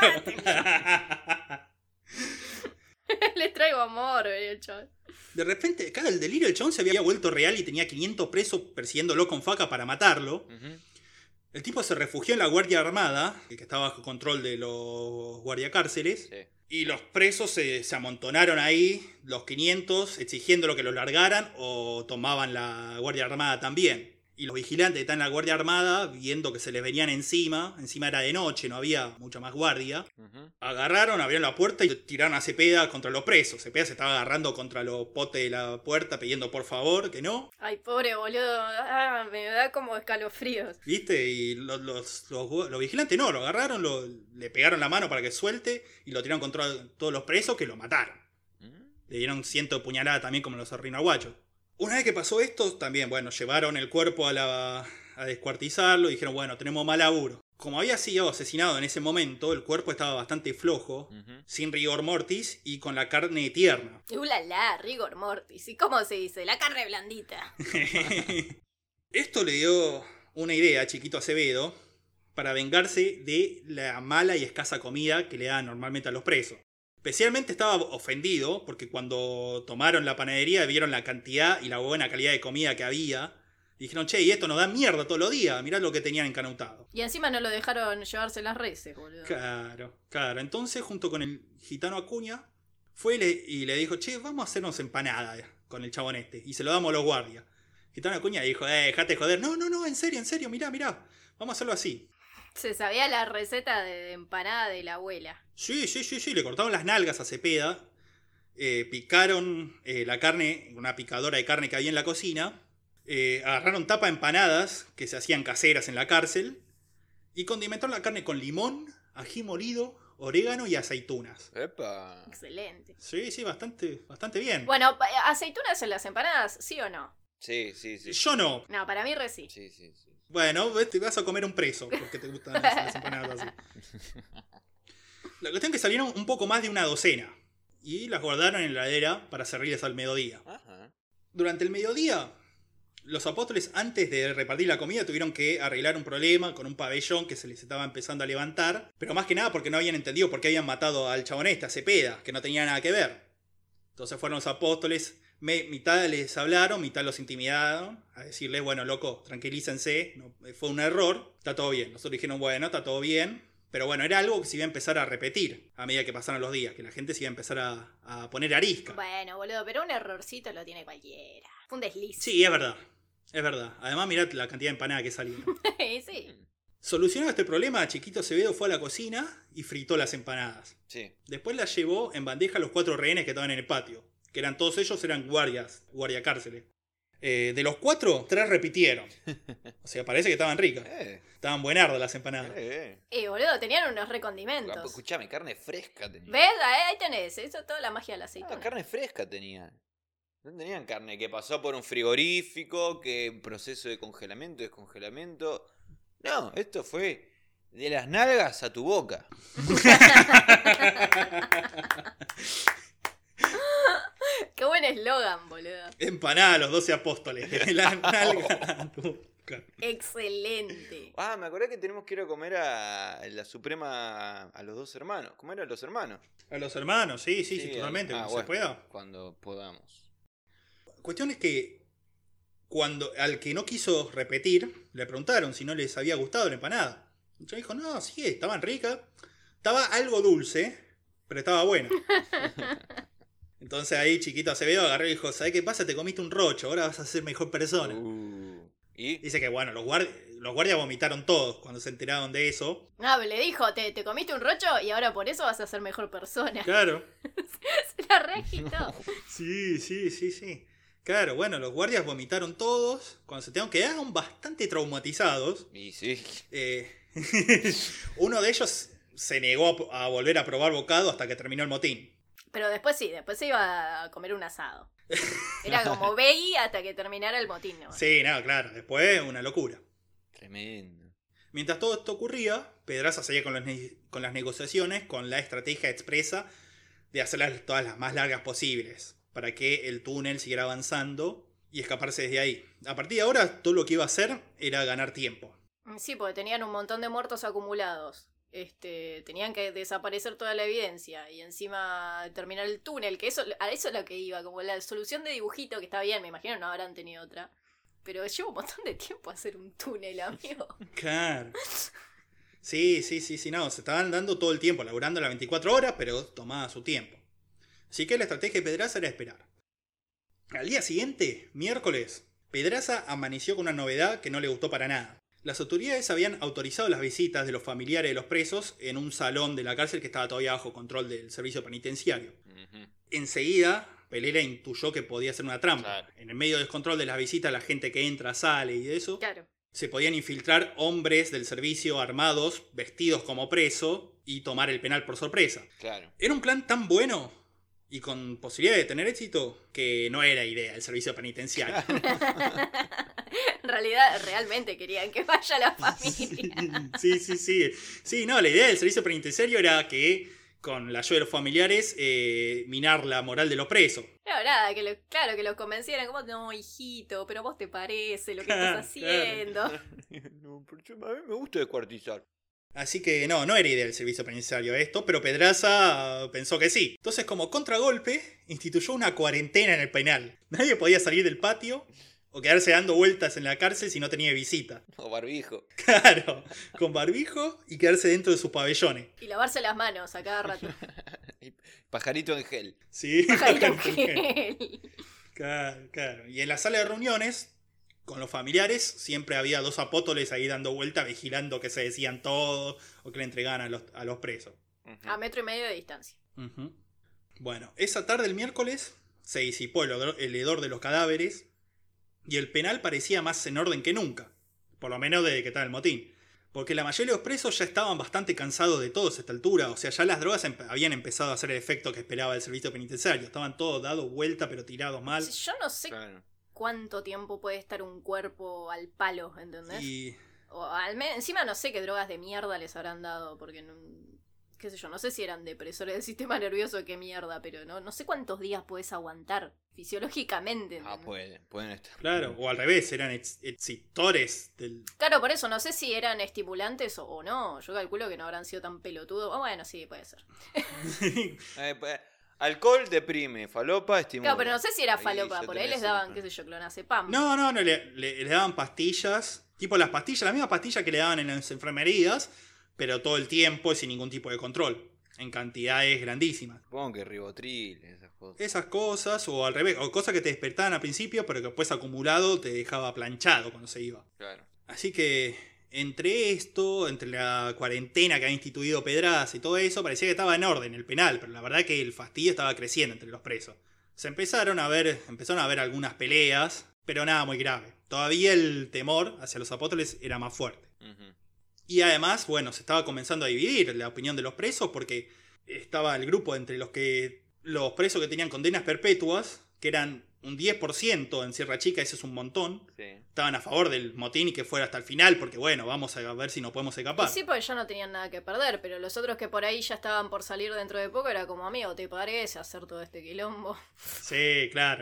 Speaker 3: Le traigo amor, el chaval.
Speaker 2: De repente, cada el delirio del chabón se había vuelto real y tenía 500 presos persiguiéndolo con faca para matarlo. El tipo se refugió en la Guardia Armada, que estaba bajo control de los guardiacárceles.
Speaker 4: Sí.
Speaker 2: Y los presos se amontonaron ahí, los 500, exigiendo que los largaran o tomaban la Guardia Armada también. Y los vigilantes que están en la Guardia Armada, viendo que se les venían encima era de noche, no había mucha más guardia, agarraron, abrieron la puerta y tiraron a Cepeda contra los presos. Cepeda se estaba agarrando contra los potes de la puerta pidiendo por favor que no.
Speaker 3: Ay, pobre boludo, me da como escalofríos.
Speaker 2: ¿Viste? Y los vigilantes no, lo agarraron, le pegaron la mano para que suelte y lo tiraron contra todos los presos que lo mataron. Le dieron 100 de puñalada también como los arrinaguachos. Una vez que pasó esto, también, bueno, llevaron el cuerpo a descuartizarlo y dijeron, bueno, tenemos mal laburo. Como había sido asesinado en ese momento, el cuerpo estaba bastante flojo, sin rigor mortis y con la carne tierna.
Speaker 3: Rigor mortis. ¿Y cómo se dice? La carne blandita.
Speaker 2: Esto le dio una idea a Chiquito Acevedo para vengarse de la mala y escasa comida que le dan normalmente a los presos. Especialmente estaba ofendido porque cuando tomaron la panadería vieron la cantidad y la buena calidad de comida que había. Y dijeron, che, y esto nos da mierda todos los días, mirá lo que tenían encanutado.
Speaker 3: Y encima no lo dejaron llevarse las reses, boludo.
Speaker 2: Claro. Entonces, junto con el gitano Acuña, fue y le dijo, che, vamos a hacernos empanadas con el chabón este. Y se lo damos a los guardias. El gitano Acuña dijo, dejate joder. No, en serio, mirá. Vamos a hacerlo así.
Speaker 3: Se sabía la receta de empanada de la abuela.
Speaker 2: Sí, le cortaron las nalgas a Cepeda, picaron la carne, una picadora de carne que había en la cocina, agarraron tapa de empanadas que se hacían caseras en la cárcel y condimentaron la carne con limón, ají molido, orégano y aceitunas.
Speaker 4: ¡Epa!
Speaker 3: Excelente.
Speaker 2: Sí, bastante bien.
Speaker 3: Bueno, ¿aceitunas en las empanadas, sí o no?
Speaker 4: Sí.
Speaker 2: Yo no.
Speaker 3: No, para mí re sí.
Speaker 4: Sí.
Speaker 2: Bueno, te vas a comer un preso porque te gustan las empanadas así. La cuestión es que salieron un poco más de una docena y las guardaron en la heladera para servirles al mediodía.
Speaker 4: Ajá.
Speaker 2: Durante el mediodía, los apóstoles, antes de repartir la comida, tuvieron que arreglar un problema con un pabellón que se les estaba empezando a levantar, pero más que nada porque no habían entendido por qué habían matado al chabón a Cepeda, que no tenía nada que ver. Entonces fueron los apóstoles, mitad les hablaron, mitad los intimidaron, a decirles, bueno, loco, tranquilícense, no, fue un error, está todo bien. Nosotros dijeron, bueno, está todo bien, pero bueno, era algo que se iba a empezar a repetir a medida que pasaran los días, que la gente se iba a empezar a poner arisca.
Speaker 3: Bueno, boludo, pero un errorcito lo tiene cualquiera. Fue un desliz.
Speaker 2: Sí, es verdad, es verdad. Además, mirá la cantidad de empanadas que salieron.
Speaker 3: Sí.
Speaker 2: Solucionado este problema, Chiquito Acevedo fue a la cocina y fritó las empanadas.
Speaker 4: Sí.
Speaker 2: Después las llevó en bandeja a los 4 rehenes que estaban en el patio. Que eran todos ellos, eran guardia cárceles. De los 4, 3 repitieron. O sea, parece que estaban ricas. Estaban buenardas las empanadas.
Speaker 3: Boludo, tenían unos recondimentos.
Speaker 4: Escuchame, carne fresca tenían.
Speaker 3: ¿Ves? Ahí tenés, eso es toda la magia del aceite.
Speaker 4: Carne fresca tenían. No tenían carne que pasó por un frigorífico, que un proceso de congelamiento, descongelamiento. No, esto fue de las nalgas a tu boca.
Speaker 3: Qué buen eslogan, boludo.
Speaker 2: Empanada a los 12 apóstoles. De la nalga a tu boca.
Speaker 3: Excelente.
Speaker 4: Me acordé que tenemos que ir a comer a la Suprema a los 2 hermanos. ¿Cómo eran los hermanos?
Speaker 2: A los hermanos, sí, totalmente, cuando se pueda.
Speaker 4: Cuando podamos.
Speaker 2: Cuestión es que al que no quiso repetir, le preguntaron si no les había gustado la empanada. Y yo dijo, no, sí, estaban ricas. Estaba algo dulce, pero estaba buena. Entonces ahí Chiquito Acevedo agarró y dijo, ¿sabés qué pasa? Te comiste un rocho, ahora vas a ser mejor persona.
Speaker 4: ¿Y?
Speaker 2: Dice que bueno, los guardias vomitaron todos cuando se enteraron de eso.
Speaker 3: No, le dijo, te comiste un rocho y ahora por eso vas a ser mejor persona.
Speaker 2: Claro.
Speaker 3: Se la reagitó.
Speaker 2: Sí. Claro, bueno, los guardias vomitaron todos. Cuando se quedaron bastante traumatizados.
Speaker 4: Y sí.
Speaker 2: Uno de ellos se negó a volver a probar bocado hasta que terminó el motín.
Speaker 3: Pero después se iba a comer un asado. Era como veggie hasta que terminara el motín, ¿no?
Speaker 2: Sí, no, claro, después una locura.
Speaker 4: Tremendo.
Speaker 2: Mientras todo esto ocurría, Pedraza seguía con las negociaciones, con la estrategia expresa de hacerlas todas las más largas posibles, para que el túnel siguiera avanzando y escaparse desde ahí. A partir de ahora, todo lo que iba a hacer era ganar tiempo.
Speaker 3: Sí, porque tenían un montón de muertos acumulados. Tenían que desaparecer toda la evidencia y encima terminar el túnel, que a eso es lo que iba, como la solución de dibujito, que está bien, me imagino no habrán tenido otra. Pero lleva un montón de tiempo hacer un túnel, amigo.
Speaker 2: Claro. Sí, no, se estaban dando todo el tiempo, laburando las 24 horas, pero tomaba su tiempo. Así que la estrategia de Pedraza era esperar. Al día siguiente, miércoles, Pedraza amaneció con una novedad que no le gustó para nada. Las autoridades habían autorizado las visitas de los familiares de los presos en un salón de la cárcel que estaba todavía bajo control del servicio penitenciario. Enseguida, Pelera intuyó que podía ser una trampa.
Speaker 4: Claro.
Speaker 2: En el medio del descontrol de las visitas, la gente que entra, sale y eso,
Speaker 3: Claro.
Speaker 2: se podían infiltrar hombres del servicio armados, vestidos como preso, y tomar el penal por sorpresa.
Speaker 4: Claro.
Speaker 2: Era un plan tan bueno y con posibilidad de tener éxito que no era idea el servicio penitenciario.
Speaker 3: En realidad, realmente querían que vaya la familia.
Speaker 2: Sí. Sí, no, la idea del servicio penitenciario era que, con la ayuda de los familiares, minar la moral de los presos.
Speaker 3: No, nada, que los convencieran, como, no, hijito, pero vos te parece lo que estás haciendo.
Speaker 4: No, pero a mí me gusta descuartizar.
Speaker 2: Así que no era idea del servicio penitenciario esto, pero Pedraza pensó que sí. Entonces, como contragolpe, instituyó una cuarentena en el penal. Nadie podía salir del patio o quedarse dando vueltas en la cárcel si no tenía visita.
Speaker 4: O barbijo.
Speaker 2: Claro, con barbijo y quedarse dentro de sus pabellones.
Speaker 3: Y lavarse las manos a cada rato.
Speaker 4: Y pajarito en gel.
Speaker 2: Sí,
Speaker 3: Jairo Gel.
Speaker 2: Claro. Y en la sala de reuniones, con los familiares, siempre había 2 apóstoles ahí dando vuelta, vigilando que se decían todo o que le entregaban a los presos.
Speaker 3: A 1,5 metros de distancia.
Speaker 2: Uh-huh. Bueno, esa tarde el miércoles se disipó el hedor de los cadáveres y el penal parecía más en orden que nunca, por lo menos desde que estaba el motín. Porque la mayoría de los presos ya estaban bastante cansados de todos a esta altura, o sea, ya las drogas habían empezado a hacer el efecto que esperaba el servicio penitenciario. Estaban todos dados vuelta pero tirados mal.
Speaker 3: Yo no sé cuánto tiempo puede estar un cuerpo al palo, ¿entendés? O encima no sé qué drogas de mierda les habrán dado, porque qué sé yo, no sé si eran depresores del sistema nervioso, qué mierda, pero no sé cuántos días puedes aguantar fisiológicamente.
Speaker 4: Pueden estar.
Speaker 2: Claro, o al revés, eran excitores del...
Speaker 3: Claro, por eso, no sé si eran estimulantes o no, yo calculo que no habrán sido tan pelotudos. Bueno, sí, puede ser.
Speaker 4: Alcohol deprime, falopa estimula.
Speaker 3: Claro, pero no sé si era
Speaker 4: Ahí
Speaker 3: falopa,
Speaker 4: ya
Speaker 3: por ahí
Speaker 4: tenés
Speaker 3: les daban,
Speaker 4: el-
Speaker 3: qué sé yo, clonazepam.
Speaker 2: No, le daban pastillas, tipo las pastillas, la misma pastilla que le daban en las enfermerías, pero todo el tiempo y sin ningún tipo de control, en cantidades grandísimas.
Speaker 4: Supongo que ribotril, esas cosas.
Speaker 2: Esas cosas, o al revés, o cosas que te despertaban al principio, pero que después acumulado te dejaba planchado cuando se iba.
Speaker 4: Claro.
Speaker 2: Así que entre esto, entre la cuarentena que había instituido Pedraza y todo eso, parecía que estaba en orden el penal, pero la verdad que el fastidio estaba creciendo entre los presos. Se empezaron a ver algunas peleas, pero nada muy grave. Todavía el temor hacia los apóstoles era más fuerte.
Speaker 4: Ujú.
Speaker 2: Y además, bueno, se estaba comenzando a dividir la opinión de los presos porque estaba el grupo entre los presos que tenían condenas perpetuas, que eran un 10% en Sierra Chica, eso es un montón.
Speaker 4: Sí.
Speaker 2: Estaban a favor del motín y que fuera hasta el final, porque bueno, vamos a ver si nos podemos
Speaker 3: Y
Speaker 2: escapar.
Speaker 3: sí, porque ya no tenían nada que perder, pero los otros que por ahí ya estaban por salir dentro de poco era como, amigo, ¿te parece hacer todo este quilombo?
Speaker 2: Sí, claro.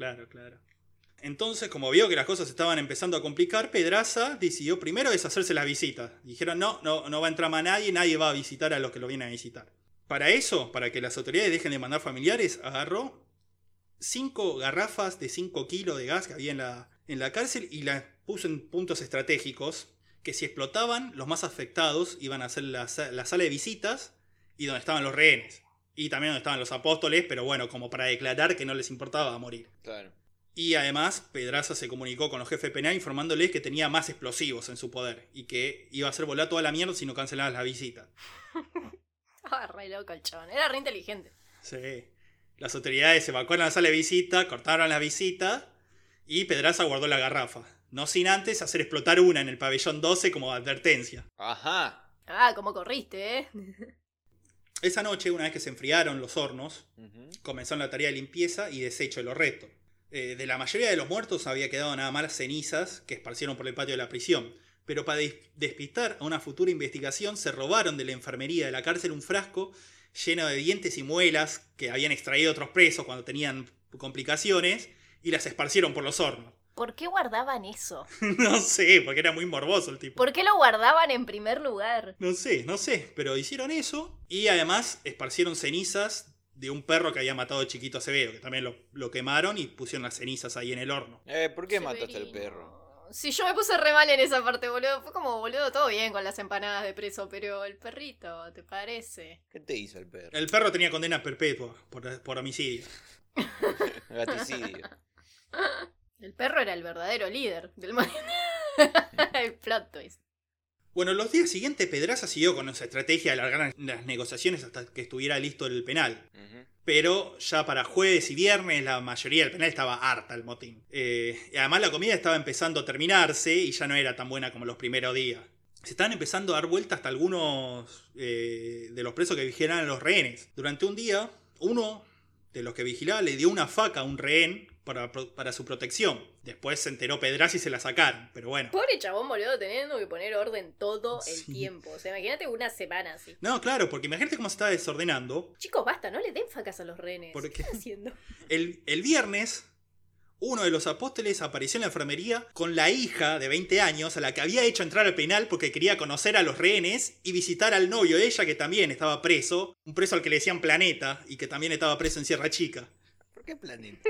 Speaker 2: Entonces, como vio que las cosas estaban empezando a complicar, Pedraza decidió primero deshacerse las visitas. Dijeron, no va a entrar más nadie va a visitar a los que lo vienen a visitar. Para eso, para que las autoridades dejen de mandar familiares, agarró 5 garrafas de 5 kilos de gas que había en la cárcel y las puso en puntos estratégicos que si explotaban, los más afectados iban a ser la sala de visitas y donde estaban los rehenes. Y también donde estaban los apóstoles, pero bueno, como para declarar que no les importaba morir.
Speaker 4: Claro.
Speaker 2: Y además, Pedraza se comunicó con los jefes penales informándoles que tenía más explosivos en su poder y que iba a hacer volar toda la mierda si no cancelaban las visitas.
Speaker 3: Ah, re loco el chabón, era re inteligente.
Speaker 2: Sí. Las autoridades evacuaron la sala de visita, cortaron la visita y Pedraza guardó la garrafa. No sin antes hacer explotar una en el pabellón 12 como advertencia.
Speaker 4: Ajá.
Speaker 3: Ah, cómo corriste, ¿eh?
Speaker 2: Esa noche, una vez que se enfriaron los hornos,
Speaker 4: Ujú.
Speaker 2: comenzaron la tarea de limpieza y desecho de los restos. De la mayoría de los muertos había quedado nada más las cenizas que esparcieron por el patio de la prisión. Pero para despistar a una futura investigación, se robaron de la enfermería de la cárcel un frasco lleno de dientes y muelas que habían extraído otros presos cuando tenían complicaciones y las esparcieron por los hornos.
Speaker 3: ¿Por qué guardaban eso?
Speaker 2: No sé, porque era muy morboso el tipo.
Speaker 3: ¿Por qué lo guardaban en primer lugar?
Speaker 2: No sé, pero hicieron eso y además esparcieron cenizas de un perro que había matado a Chiquito Acevedo, que también lo quemaron y pusieron las cenizas ahí en el horno.
Speaker 4: ¿Por qué mataste al
Speaker 3: Severino.
Speaker 4: perro?
Speaker 3: Sí, yo me puse re mal en esa parte, boludo. Fue como, boludo, todo bien con las empanadas de preso, pero el perrito, ¿te parece?
Speaker 4: ¿Qué te hizo el perro?
Speaker 2: El perro tenía condena perpetua por homicidio.
Speaker 4: Gaticidio.
Speaker 3: El perro era el verdadero líder del el plot twist.
Speaker 2: Bueno, los días siguientes Pedraza siguió con esa estrategia de alargar las negociaciones hasta que estuviera listo el penal.
Speaker 4: Ujú.
Speaker 2: Pero ya para jueves y viernes la mayoría del penal estaba harta el motín. Y además la comida estaba empezando a terminarse y ya no era tan buena como los primeros días. Se estaban empezando a dar vuelta hasta algunos de los presos que vigilaban a los rehenes. Durante un día, uno de los que vigilaba le dio una faca a un rehén para su protección. Después se enteró Pedraza y se la sacaron, pero bueno.
Speaker 3: Pobre chabón, boludo, teniendo que poner orden todo el
Speaker 2: Sí.
Speaker 3: tiempo. O sea, imagínate una semana así.
Speaker 2: No, claro, porque imagínate cómo se estaba desordenando.
Speaker 3: Chicos, basta, no le den facas a los rehenes.
Speaker 2: ¿Por
Speaker 3: ¿Qué
Speaker 2: qué?
Speaker 3: están haciendo?
Speaker 2: El viernes, uno de los apóstoles apareció en la enfermería con la hija de 20 años a la que había hecho entrar al penal porque quería conocer a los rehenes y visitar al novio de ella que también estaba preso, un preso al que le decían Planeta y que también estaba preso en Sierra Chica.
Speaker 4: ¿Por qué planeta?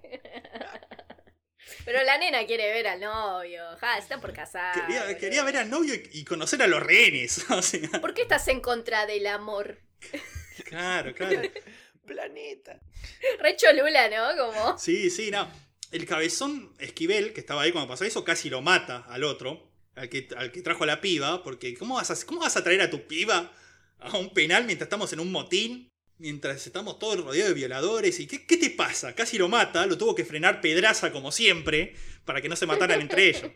Speaker 3: Pero la nena quiere ver al novio. Ja, está por casar.
Speaker 2: Quería ver al novio y conocer a los rehenes. O sea,
Speaker 3: ¿Por qué estás en contra del amor?
Speaker 2: claro.
Speaker 4: Planeta.
Speaker 3: Re cholula, ¿no? Como...
Speaker 2: Sí, no. El cabezón Esquivel, que estaba ahí cuando pasó eso, casi lo mata al otro, al que trajo a la piba, porque ¿cómo vas a traer a tu piba a un penal mientras estamos en un motín? Mientras estamos todos rodeados de violadores. ¿Y qué te pasa? Casi lo mata, lo tuvo que frenar Pedraza como siempre, para que no se mataran entre ellos.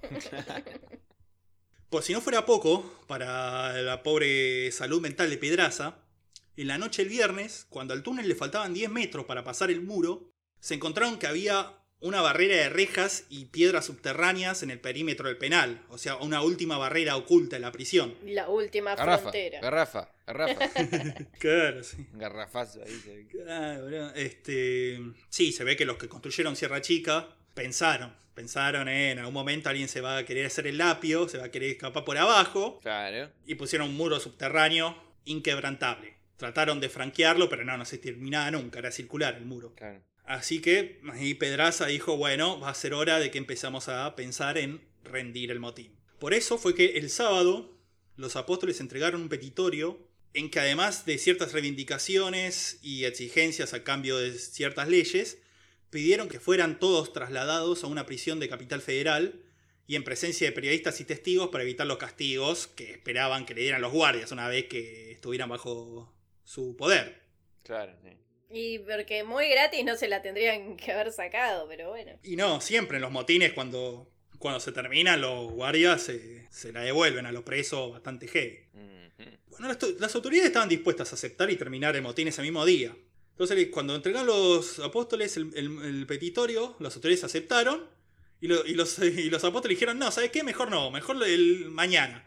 Speaker 2: Por si no fuera poco, para la pobre salud mental de Pedraza, en la noche del viernes, cuando al túnel le faltaban 10 metros para pasar el muro, se encontraron que había una barrera de rejas y piedras subterráneas en el perímetro del penal. O sea, una última barrera oculta en la prisión.
Speaker 3: La última
Speaker 4: Garrafa.
Speaker 3: frontera.
Speaker 4: Garrafa.
Speaker 2: Claro, sí.
Speaker 4: Garrafazo ahí se ve.
Speaker 2: Claro, boludo. Sí, se ve que los que construyeron Sierra Chica pensaron en algún momento alguien se va a querer hacer el lapio, se va a querer escapar por abajo
Speaker 4: Claro.
Speaker 2: y pusieron un muro subterráneo inquebrantable. Trataron de franquearlo, pero no se terminaba nunca, era circular el muro.
Speaker 4: Claro.
Speaker 2: Así que ahí Pedraza dijo, bueno, va a ser hora de que empezamos a pensar en rendir el motín. Por eso fue que el sábado los apóstoles entregaron un petitorio en que, además de ciertas reivindicaciones y exigencias a cambio de ciertas leyes, pidieron que fueran todos trasladados a una prisión de Capital Federal y en presencia de periodistas y testigos para evitar los castigos que esperaban que le dieran los guardias una vez que estuvieran bajo su poder.
Speaker 4: Claro, sí.
Speaker 3: Y porque muy gratis no se la tendrían que haber sacado, pero bueno.
Speaker 2: Y no, siempre en los motines cuando se terminan los guardias se la devuelven a los presos bastante heavy. Bueno, las autoridades estaban dispuestas a aceptar y terminar el motín ese mismo día. Entonces, cuando entregaron los apóstoles el petitorio, las autoridades aceptaron y los apóstoles dijeron, no, ¿sabes qué? Mejor no, mejor mañana.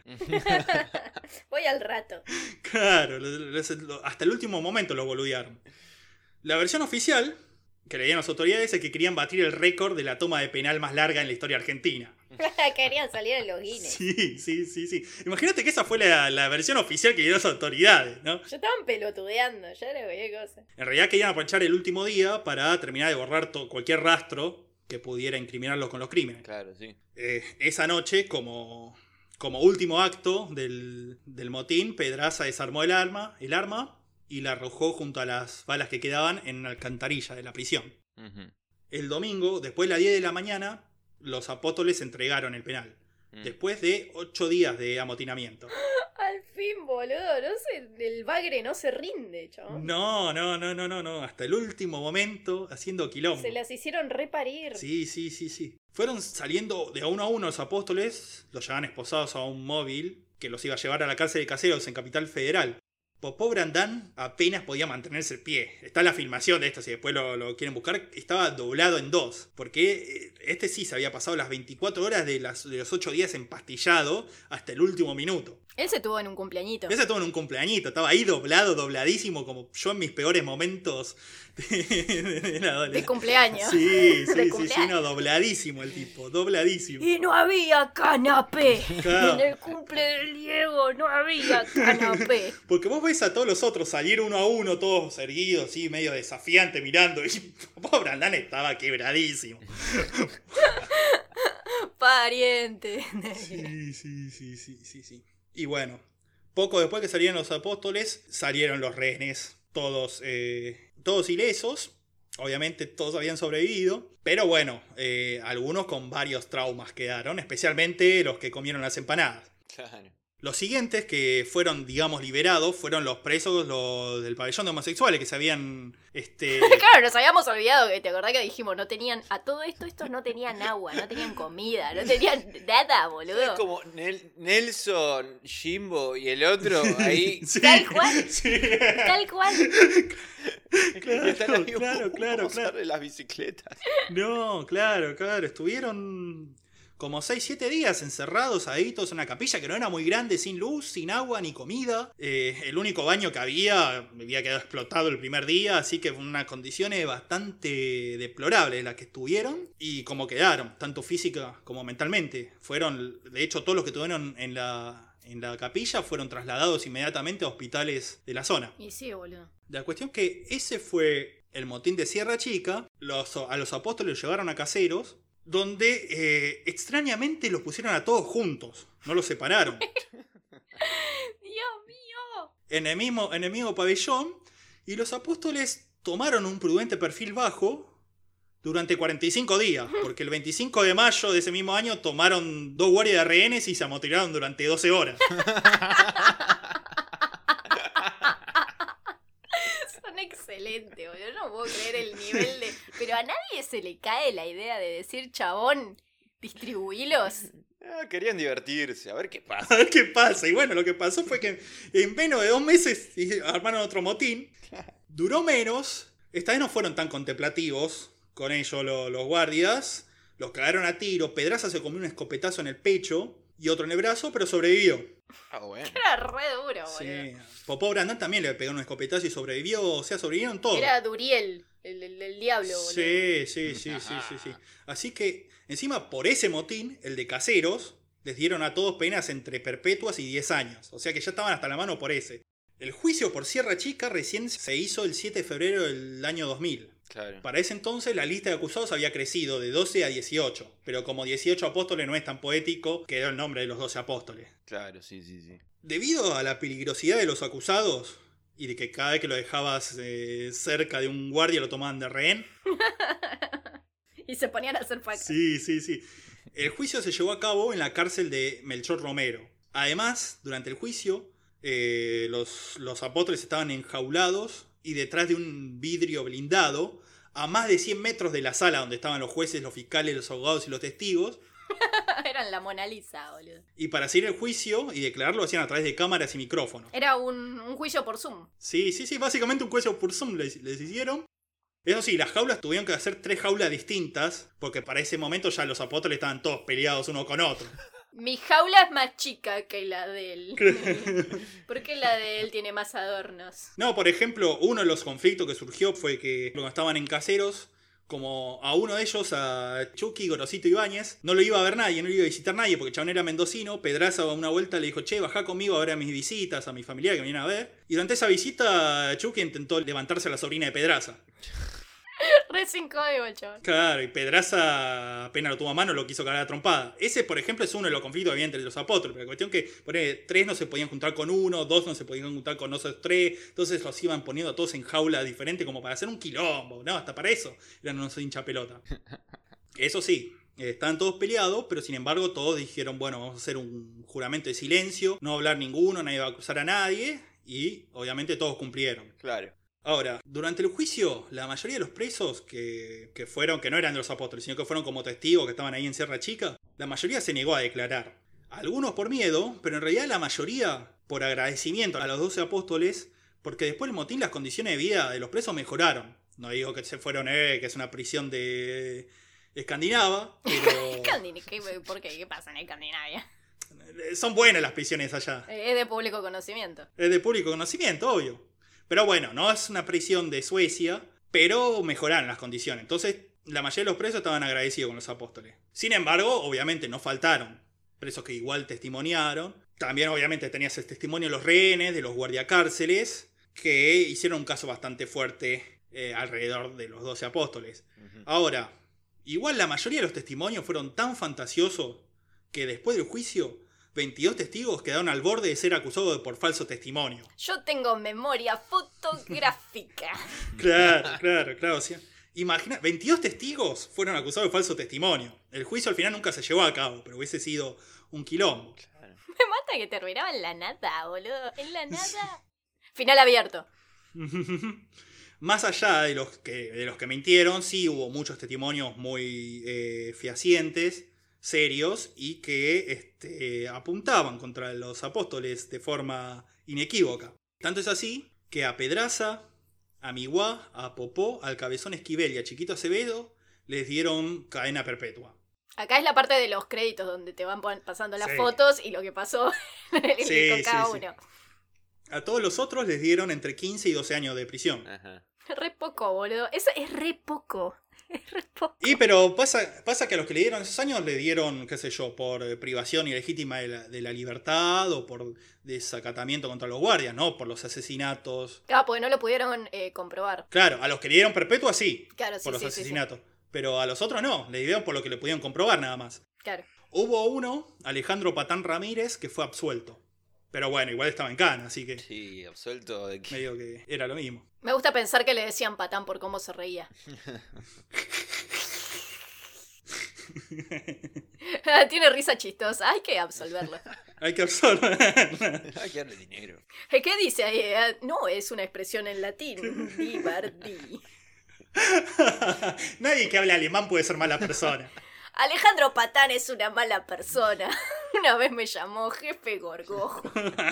Speaker 3: Voy al rato.
Speaker 2: Claro, hasta el último momento lo boludearon. La versión oficial, que leían las autoridades, es que querían batir el récord de la toma de penal más larga en la historia argentina.
Speaker 3: Querían salir en los Guinness.
Speaker 2: Sí. Imagínate que esa fue la versión oficial que dieron las autoridades, ¿no?
Speaker 3: Ya estaban pelotudeando, ya era cualquier cosa.
Speaker 2: En realidad querían aprovechar el último día para terminar de borrar cualquier rastro que pudiera incriminarlos con los crímenes.
Speaker 4: Claro, sí.
Speaker 2: Esa noche, como último acto del motín, Pedraza desarmó el arma y la arrojó junto a las balas que quedaban en una alcantarilla de la prisión. El domingo, después de las 10 de la mañana, los apóstoles entregaron el penal. Después de 8 días de amotinamiento.
Speaker 3: Al fin, boludo, el bagre no se rinde, chabón.
Speaker 2: No, hasta el último momento haciendo quilombo.
Speaker 3: Se las hicieron reparir.
Speaker 2: Sí. Fueron saliendo de a uno los apóstoles, los llevaban esposados a un móvil que los iba a llevar a la cárcel de Caseros en Capital Federal. Popó Brandán apenas podía mantenerse el pie. Está la filmación de esto, si después lo quieren buscar. Estaba doblado en dos. Porque este sí se había pasado las 24 horas de los 8 días empastillado hasta el último minuto.
Speaker 3: Él se tuvo en un cumpleañito.
Speaker 2: Él se tuvo en un cumpleañito. Estaba ahí dobladísimo, como yo en mis peores momentos de la adolescencia.
Speaker 3: De cumpleaños.
Speaker 2: Sí, no, dobladísimo el tipo, dobladísimo.
Speaker 3: Y no había canapé.
Speaker 2: Claro.
Speaker 3: En el cumple del Diego no había canapé.
Speaker 2: Porque vos ves a todos los otros salir uno a uno, todos erguidos, así, medio desafiante, mirando. Y pobre Brandán estaba quebradísimo.
Speaker 3: Pariente.
Speaker 2: Sí. Y bueno, poco después que salieron los apóstoles, salieron los rehenes, todos ilesos. Obviamente todos habían sobrevivido. Pero bueno, algunos con varios traumas quedaron, especialmente los que comieron las empanadas.
Speaker 4: Claro.
Speaker 2: Los siguientes que fueron, digamos, liberados fueron los presos del pabellón de homosexuales que se habían...
Speaker 3: Claro, nos habíamos olvidado, que te acordás que dijimos, no tenían, a todo esto, estos no tenían agua, no tenían comida, no tenían nada, boludo.
Speaker 4: Es como Nelson, Jimbo y el otro ahí.
Speaker 2: Sí,
Speaker 3: Tal cual.
Speaker 2: Sí.
Speaker 3: Tal cual.
Speaker 2: Claro.
Speaker 4: De las bicicletas.
Speaker 2: No, claro. Estuvieron como 6-7 días encerrados ahí, todos en una capilla que no era muy grande, sin luz, sin agua ni comida. El único baño que había quedado explotado el primer día, así que fue unas condiciones bastante deplorables las que estuvieron y como quedaron, tanto física como mentalmente. De hecho, todos los que estuvieron en la capilla fueron trasladados inmediatamente a hospitales de la zona.
Speaker 3: Y sí, boludo.
Speaker 2: La cuestión que ese fue el motín de Sierra Chica. A los apóstoles los llevaron a Caseros, donde extrañamente los pusieron a todos juntos, no los separaron.
Speaker 3: Dios mío.
Speaker 2: En el mismo pabellón, y los apóstoles tomaron un prudente perfil bajo durante 45 días, porque el 25 de mayo de ese mismo año tomaron 2 guardias de rehenes y se amotinaron durante 12 horas.
Speaker 3: Excelente, boludo. Yo no puedo creer el nivel de... Pero a nadie se le cae la idea de decir, chabón, distribuílos.
Speaker 4: Querían divertirse, a ver qué pasa.
Speaker 2: A ver qué pasa. Y bueno, lo que pasó fue que en menos de 2 meses armaron otro motín. Duró menos. Esta vez no fueron tan contemplativos con ellos los guardias. Los cagaron a tiro. Pedraza se comió un escopetazo en el pecho y otro en el brazo, pero sobrevivió.
Speaker 4: Bueno.
Speaker 3: Era re duro, boludo.
Speaker 2: Sí. Popó Brandán también le pegó un escopetazo y sobrevivió. O sea, sobrevivieron todos.
Speaker 3: Era Duriel, el diablo, boludo.
Speaker 2: Sí. Así que, encima, por ese motín, el de Caseros, les dieron a todos penas entre perpetuas y 10 años. O sea que ya estaban hasta la mano por ese. El juicio por Sierra Chica recién se hizo el 7 de febrero del año 2000.
Speaker 4: Claro.
Speaker 2: Para ese entonces la lista de acusados había crecido de 12 a 18, pero como 18 apóstoles no es tan poético, quedó el nombre de los 12 apóstoles.
Speaker 4: Claro, sí.
Speaker 2: Debido a la peligrosidad de los acusados y de que cada vez que lo dejabas cerca de un guardia lo tomaban de rehén.
Speaker 3: Y se ponían a hacer facas.
Speaker 2: Sí. El juicio se llevó a cabo en la cárcel de Melchor Romero. Además, durante el juicio, los apóstoles estaban enjaulados y detrás de un vidrio blindado, a más de 100 metros de la sala donde estaban los jueces, los fiscales, los abogados y los testigos.
Speaker 3: Eran la Mona Lisa, boludo.
Speaker 2: Y para seguir el juicio y declararlo hacían a través de cámaras y micrófonos.
Speaker 3: Era un juicio por Zoom.
Speaker 2: Sí, básicamente un juicio por Zoom les hicieron. Eso sí, las jaulas tuvieron que hacer 3 jaulas distintas, porque para ese momento ya los apóstoles estaban todos peleados uno con otro.
Speaker 3: Mi jaula es más chica que la de él. ¿Por qué la de él tiene más adornos?
Speaker 2: No, por ejemplo, uno de los conflictos que surgió fue que cuando estaban en Caseros, como a uno de ellos, a Chucky, Gorosito Ibáñez, no lo iba a ver nadie, no lo iba a visitar nadie, porque el chabón era mendocino. Pedraza a una vuelta le dijo, che, bajá conmigo a ver a mis visitas, a mi familia que me vienen a ver. Y durante esa visita, Chucky intentó levantarse a la sobrina de Pedraza.
Speaker 3: Re sin código el chabón.
Speaker 2: Claro, y Pedraza apenas lo tuvo a mano, lo quiso cagar a trompada. Ese, por ejemplo, es uno de los conflictos que había entre los apóstoles. Pero la cuestión que, por ejemplo, 3 no se podían juntar con 1, 2 no se podían juntar con otros 3. Entonces los iban poniendo a todos en jaulas diferentes como para hacer un quilombo. No, hasta para eso eran unos hincha pelota. Eso sí, estaban todos peleados, pero sin embargo todos dijeron, bueno, vamos a hacer un juramento de silencio, no hablar ninguno, nadie va a acusar a nadie. Y obviamente todos cumplieron.
Speaker 4: Claro.
Speaker 2: Ahora, durante el juicio, la mayoría de los presos que fueron, que no eran de los apóstoles, sino que fueron como testigos que estaban ahí en Sierra Chica, la mayoría se negó a declarar. Algunos por miedo, pero en realidad la mayoría por agradecimiento a los 12 apóstoles, porque después del motín las condiciones de vida de los presos mejoraron. No digo que se fueron, que es una prisión de escandinava, pero...
Speaker 3: ¿Por qué? ¿Qué pasa en Escandinavia?
Speaker 2: Son buenas las prisiones allá.
Speaker 3: Es de público conocimiento.
Speaker 2: Es de público conocimiento, obvio. Pero bueno, no es una prisión de Suecia, pero mejoraron las condiciones. Entonces, la mayoría de los presos estaban agradecidos con los apóstoles. Sin embargo, obviamente no faltaron presos que igual testimoniaron. También obviamente tenías el testimonio de los rehenes, de los guardiacárceles, que hicieron un caso bastante fuerte alrededor de los 12 apóstoles. Uh-huh. Ahora, igual la mayoría de los testimonios fueron tan fantasiosos que después del juicio 22 testigos quedaron al borde de ser acusados por falso testimonio.
Speaker 3: Yo tengo memoria fotográfica.
Speaker 2: Claro. O sea, imagina, 22 testigos fueron acusados de falso testimonio. El juicio al final nunca se llevó a cabo, pero hubiese sido un quilombo.
Speaker 3: Claro. Me mata que terminaba en la nada, boludo. En la nada. Final abierto.
Speaker 2: Más allá de los que mintieron, sí hubo muchos testimonios muy fehacientes, serios, y que apuntaban contra los apóstoles de forma inequívoca. Tanto es así que a Pedraza, a Miguá, a Popó, al Cabezón Esquivel y a Chiquito Acevedo les dieron cadena perpetua.
Speaker 3: Acá es la parte de los créditos donde te van pasando las fotos y lo que pasó con cada uno.
Speaker 2: A todos los otros les dieron entre 15 y 12 años de prisión.
Speaker 4: Ajá.
Speaker 3: Re poco, boludo. Eso es re poco.
Speaker 2: Y pero pasa que a los que le dieron esos años le dieron, qué sé yo, por privación ilegítima de la libertad o por desacatamiento contra los guardias, ¿no? Por los asesinatos.
Speaker 3: Claro, porque no lo pudieron comprobar.
Speaker 2: Claro, a los que le dieron perpetua sí,
Speaker 3: claro,
Speaker 2: por los asesinatos.
Speaker 3: Sí.
Speaker 2: Pero a los otros no, le dieron por lo que le pudieron comprobar nada más.
Speaker 3: Claro.
Speaker 2: Hubo uno, Alejandro Patán Ramírez, que fue absuelto. Pero bueno, igual estaba en cana, así que...
Speaker 4: Sí, absuelto de que...
Speaker 2: Medio que era lo mismo.
Speaker 3: Me gusta pensar que le decían Patán por cómo se reía. Tiene risa chistosa, hay que absolverlo.
Speaker 2: Hay que absolverlo.
Speaker 4: Hay que darle dinero.
Speaker 3: ¿Qué dice ahí? No, es una expresión en latín. Vivardi.
Speaker 2: Nadie que hable alemán puede ser mala persona.
Speaker 3: Alejandro Patán es una mala persona. Una vez me llamó jefe Gorgojo.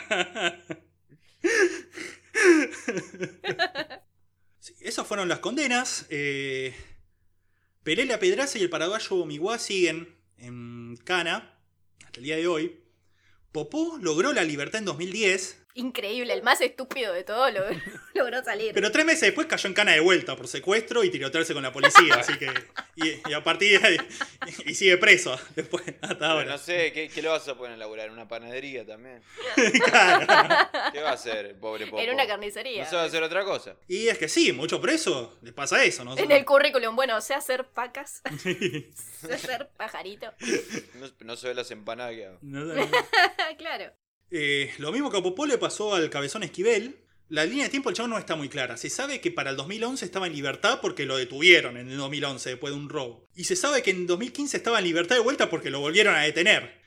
Speaker 2: Sí, esas fueron las condenas. Pelela Pedraza y el paraguayo Miguá siguen en cana hasta el día de hoy. Popó logró la libertad en 2010.
Speaker 3: Increíble, el más estúpido de todo logró salir.
Speaker 2: Pero 3 meses después cayó en cana de vuelta por secuestro y tirotearse con la policía. Así que. Y a partir Y sigue preso después, hasta
Speaker 4: Pero
Speaker 2: ahora.
Speaker 4: no sé, ¿qué lo vas a poner a laburar? ¿En una panadería también?
Speaker 2: Claro.
Speaker 4: ¿Qué va a hacer el pobre Popo?
Speaker 3: En una carnicería.
Speaker 4: No sabe hacer otra cosa.
Speaker 2: Y es que sí, muchos presos les pasa eso, ¿no?
Speaker 3: En el currículum, bueno, sé hacer pacas, sé hacer pajarito.
Speaker 4: No se ve las empanadas que hago.
Speaker 3: Claro.
Speaker 2: Lo mismo que a Popó le pasó al Cabezón Esquivel. La línea de tiempo del chavo no está muy clara. Se sabe que para el 2011 estaba en libertad porque lo detuvieron en el 2011 después de un robo. Y se sabe que en 2015 estaba en libertad de vuelta porque lo volvieron a detener.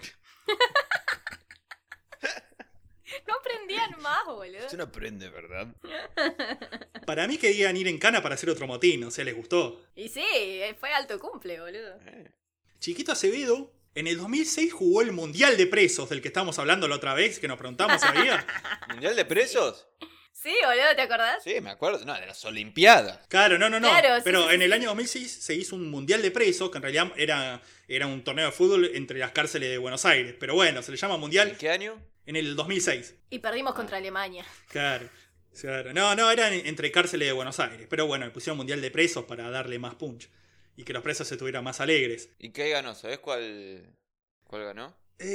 Speaker 3: No aprendían más, boludo.
Speaker 4: Usted no aprende, ¿verdad?
Speaker 2: Para mí querían ir en cana para hacer otro motín, o sea, les gustó.
Speaker 3: Y sí, fue alto cumple, boludo.
Speaker 2: Chiquito Acevedo, en el 2006 jugó el Mundial de Presos, del que estábamos hablando la otra vez, que nos preguntamos si había.
Speaker 4: ¿Mundial de presos?
Speaker 3: Sí, boludo, ¿te acordás?
Speaker 4: Sí, me acuerdo. No, de las Olimpiadas.
Speaker 2: Claro, no.
Speaker 3: Claro, sí,
Speaker 2: Pero
Speaker 3: sí,
Speaker 2: en el año 2006 se hizo un Mundial de Presos, que en realidad era un torneo de fútbol entre las cárceles de Buenos Aires. Pero bueno, se le llama
Speaker 4: ¿En
Speaker 2: Mundial
Speaker 4: qué año?
Speaker 2: en el 2006.
Speaker 3: Y perdimos contra Alemania.
Speaker 2: Claro. No, era entre cárceles de Buenos Aires. Pero bueno, le pusieron Mundial de Presos para darle más punch. Y que los presos se estuvieran más alegres.
Speaker 4: ¿Y qué ganó? ¿Sabés cuál ganó?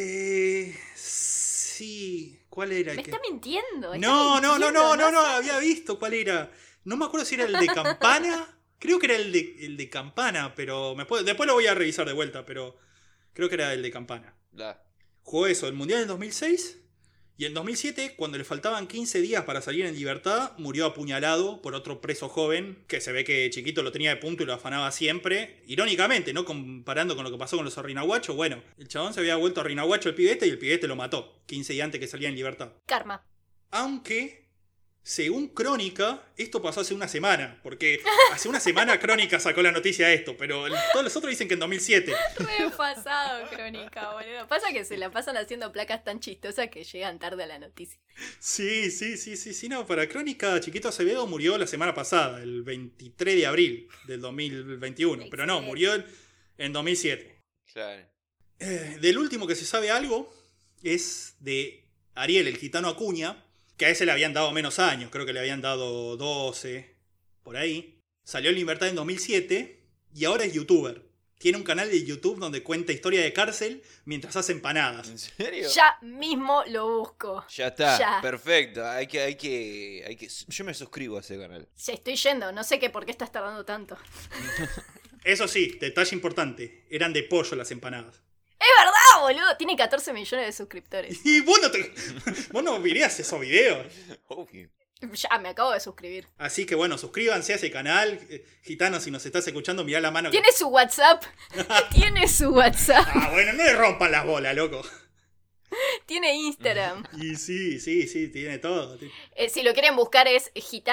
Speaker 2: Sí. ¿Cuál era?
Speaker 3: Me está mintiendo.
Speaker 2: No,
Speaker 3: mintiendo,
Speaker 2: había visto cuál era. No me acuerdo si era el de Campana. Creo que era el de Campana, pero después lo voy a revisar de vuelta, pero creo que era el de Campana. Jugó eso, el Mundial en 2006, y en 2007, cuando le faltaban 15 días para salir en libertad, murió apuñalado por otro preso joven, que se ve que Chiquito lo tenía de punto y lo afanaba siempre. Irónicamente, ¿no? Comparando con lo que pasó con los Arrinahuachos, bueno, el chabón se había vuelto Arrinahuacho el pibete y el pibete lo mató 15 días antes que salía en libertad.
Speaker 3: Karma.
Speaker 2: Aunque, según Crónica, esto pasó hace una semana, porque hace una semana Crónica sacó la noticia de esto, pero todos los otros dicen que en 2007.
Speaker 3: Re pasado, Crónica, boludo. Pasa que se la pasan haciendo placas tan chistosas que llegan tarde a la noticia.
Speaker 2: Sí, no, para Crónica, Chiquito Acevedo murió la semana pasada, el 23 de abril del 2021, pero no, murió en 2007.
Speaker 4: Claro.
Speaker 2: Del último que se sabe algo es de Ariel, el gitano Acuña, que a ese le habían dado menos años, creo que le habían dado 12, por ahí. Salió en libertad en 2007 y ahora es youtuber. Tiene un canal de YouTube donde cuenta historia de cárcel mientras hace empanadas.
Speaker 4: ¿En serio?
Speaker 3: Ya mismo lo busco.
Speaker 4: Ya está,
Speaker 3: Ya.
Speaker 4: perfecto. Hay que. Yo me suscribo a ese canal.
Speaker 3: Ya estoy yendo, no sé por qué estás tardando tanto.
Speaker 2: Eso sí, detalle importante, eran de pollo las empanadas.
Speaker 3: ¡Es verdad, boludo! Tiene 14 millones de suscriptores.
Speaker 2: Y vos no verías esos videos.
Speaker 4: Obvio.
Speaker 3: Ya, me acabo de suscribir.
Speaker 2: Así que bueno, suscríbanse a ese canal. Gitano, si nos estás escuchando, mirá la mano.
Speaker 3: ¿Tiene su WhatsApp? Tiene su WhatsApp.
Speaker 2: Ah, bueno, no le rompan las bolas, loco.
Speaker 3: Tiene Instagram.
Speaker 2: Y sí, tiene todo.
Speaker 3: Si lo quieren buscar es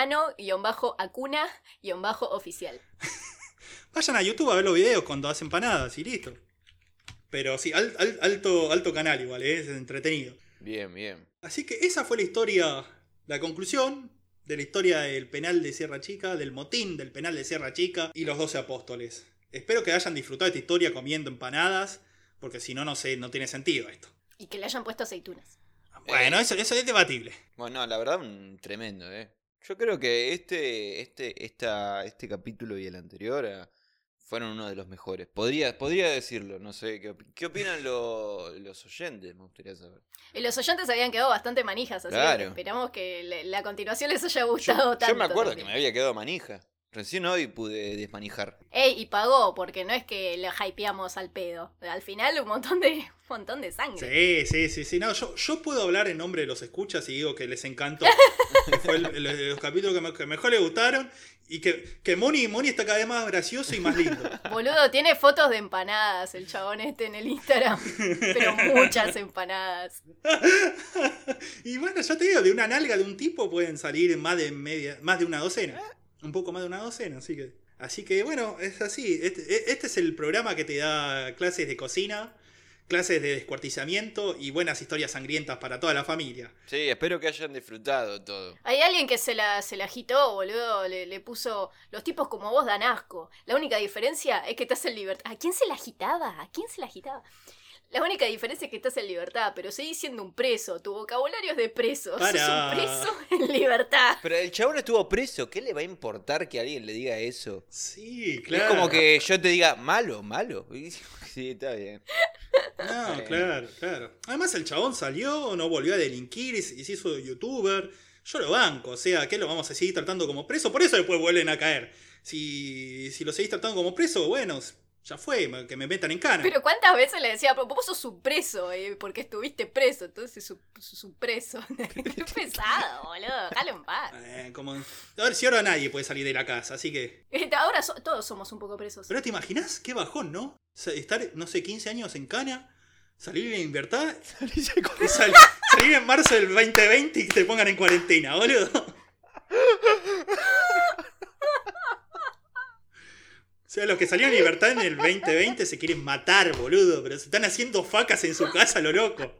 Speaker 3: gitano-acuna-oficial.
Speaker 2: Vayan a YouTube a ver los videos cuando hacen empanadas y listo. Pero sí, alto canal igual, es entretenido.
Speaker 4: Bien.
Speaker 2: Así que esa fue la historia, la conclusión de la historia del penal de Sierra Chica, del motín del penal de Sierra Chica y los 12 apóstoles. Espero que hayan disfrutado esta historia comiendo empanadas, porque si no, no tiene sentido esto.
Speaker 3: Y que le hayan puesto aceitunas.
Speaker 2: Bueno, eso es debatible.
Speaker 4: Bueno, la verdad, tremendo, Yo creo que este capítulo y el anterior fueron uno de los mejores. Podría decirlo, no sé. ¿Qué opinan los oyentes? Me gustaría saber.
Speaker 3: Y los oyentes habían quedado bastante manijas, así
Speaker 4: Claro.
Speaker 3: que esperamos que la continuación les haya gustado tanto.
Speaker 4: Yo me acuerdo
Speaker 3: también.
Speaker 4: que me había quedado manija. Recién hoy pude desmanijar.
Speaker 3: Ey, y pagó, porque no es que le hypeamos al pedo. Al final un montón de sangre.
Speaker 2: Sí. No, yo puedo hablar en nombre de los escuchas y digo que les encantó. Que fue los capítulos que mejor les gustaron. Y que Moni está cada vez más gracioso y más lindo.
Speaker 3: Boludo, tiene fotos de empanadas el chabón en el Instagram. Pero muchas empanadas.
Speaker 2: Y bueno, ya te digo, de una nalga de un tipo pueden salir más de una docena. Un poco más de una docena, así que bueno, es así. Este es el programa que te da clases de cocina, clases de descuartizamiento y buenas historias sangrientas para toda la familia.
Speaker 4: Sí, espero que hayan disfrutado todo.
Speaker 3: Hay alguien que se la agitó, boludo. Le puso, los tipos como vos dan asco. La única diferencia es que te hacen libertad. ¿A quién se la agitaba? La única diferencia es que estás en libertad, pero seguís siendo un preso. Tu vocabulario es de preso.
Speaker 2: Pará.
Speaker 3: Sos un preso en libertad.
Speaker 4: Pero el chabón estuvo preso. ¿Qué le va a importar que alguien le diga eso?
Speaker 2: Sí, claro.
Speaker 4: Es como que yo te diga, malo. Sí, está bien.
Speaker 2: No, claro. Además el chabón salió, no volvió a delinquir y se hizo youtuber. Yo lo banco, o sea, ¿qué lo vamos a seguir tratando como preso? Por eso después vuelven a caer. Si lo seguís tratando como preso, bueno, ya fue, que me metan en cana.
Speaker 3: Pero ¿cuántas veces le decía, vos sos un preso, porque estuviste preso, entonces sos un preso? Qué pesado, boludo, déjalo en paz.
Speaker 2: A ver si ahora nadie puede salir de la casa, así que...
Speaker 3: Ahora todos somos un poco presos.
Speaker 2: Pero te imaginas qué bajón, ¿no? O sea, estar, no sé, 15 años en cana, salir en libertad, y salir en marzo del 2020 y que te pongan en cuarentena, boludo. O sea, los que salieron en libertad en el 2020 se quieren matar, boludo, pero se están haciendo facas en su casa, lo loco.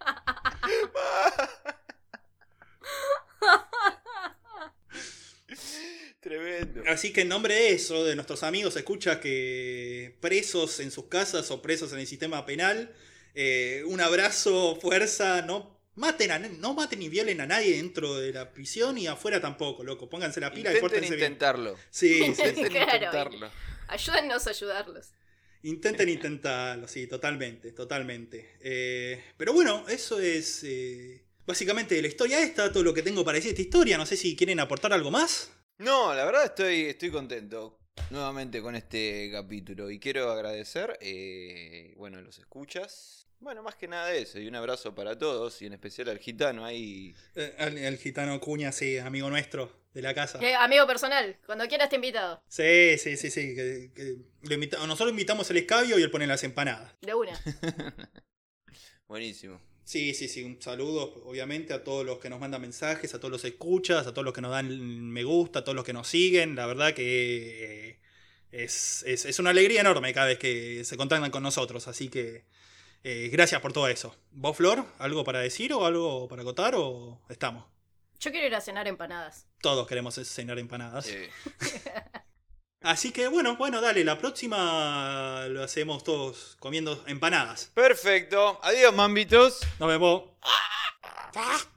Speaker 4: Tremendo.
Speaker 2: Así que en nombre de eso, de nuestros amigos, escucha que presos en sus casas o presos en el sistema penal, un abrazo, fuerza, no maten ni violen a nadie dentro de la prisión y afuera tampoco, loco. Pónganse la pila y pórtense bien.
Speaker 4: Intentarlo.
Speaker 2: Sí,
Speaker 4: Intenten
Speaker 3: Claro.
Speaker 4: intentarlo.
Speaker 3: Ayúdennos a ayudarlos.
Speaker 2: intenten intentarlo, sí, totalmente. Pero bueno, eso es básicamente la historia esta, todo lo que tengo para decir de esta historia. No sé si quieren aportar algo más.
Speaker 4: No, la verdad estoy contento nuevamente con este capítulo y quiero agradecer, bueno, los escuchas. Bueno, más que nada eso, y un abrazo para todos, y en especial al gitano ahí.
Speaker 2: El gitano Cuña, sí, amigo nuestro de la casa.
Speaker 3: Amigo personal, cuando quieras te invitado.
Speaker 2: Sí. Que nosotros invitamos el escabio y él pone las empanadas.
Speaker 3: De una.
Speaker 4: Buenísimo.
Speaker 2: Sí, un saludo obviamente a todos los que nos mandan mensajes, a todos los escuchas, a todos los que nos dan me gusta, a todos los que nos siguen. La verdad que es una alegría enorme cada vez que se contactan con nosotros, así que gracias por todo eso. ¿Vos, Flor, algo para decir o algo para acotar o estamos?
Speaker 3: Yo quiero ir a cenar empanadas.
Speaker 2: Todos queremos cenar empanadas.
Speaker 4: Sí.
Speaker 2: Así que bueno, dale, la próxima lo hacemos todos comiendo empanadas.
Speaker 4: Perfecto. Adiós, mambitos.
Speaker 2: Nos vemos.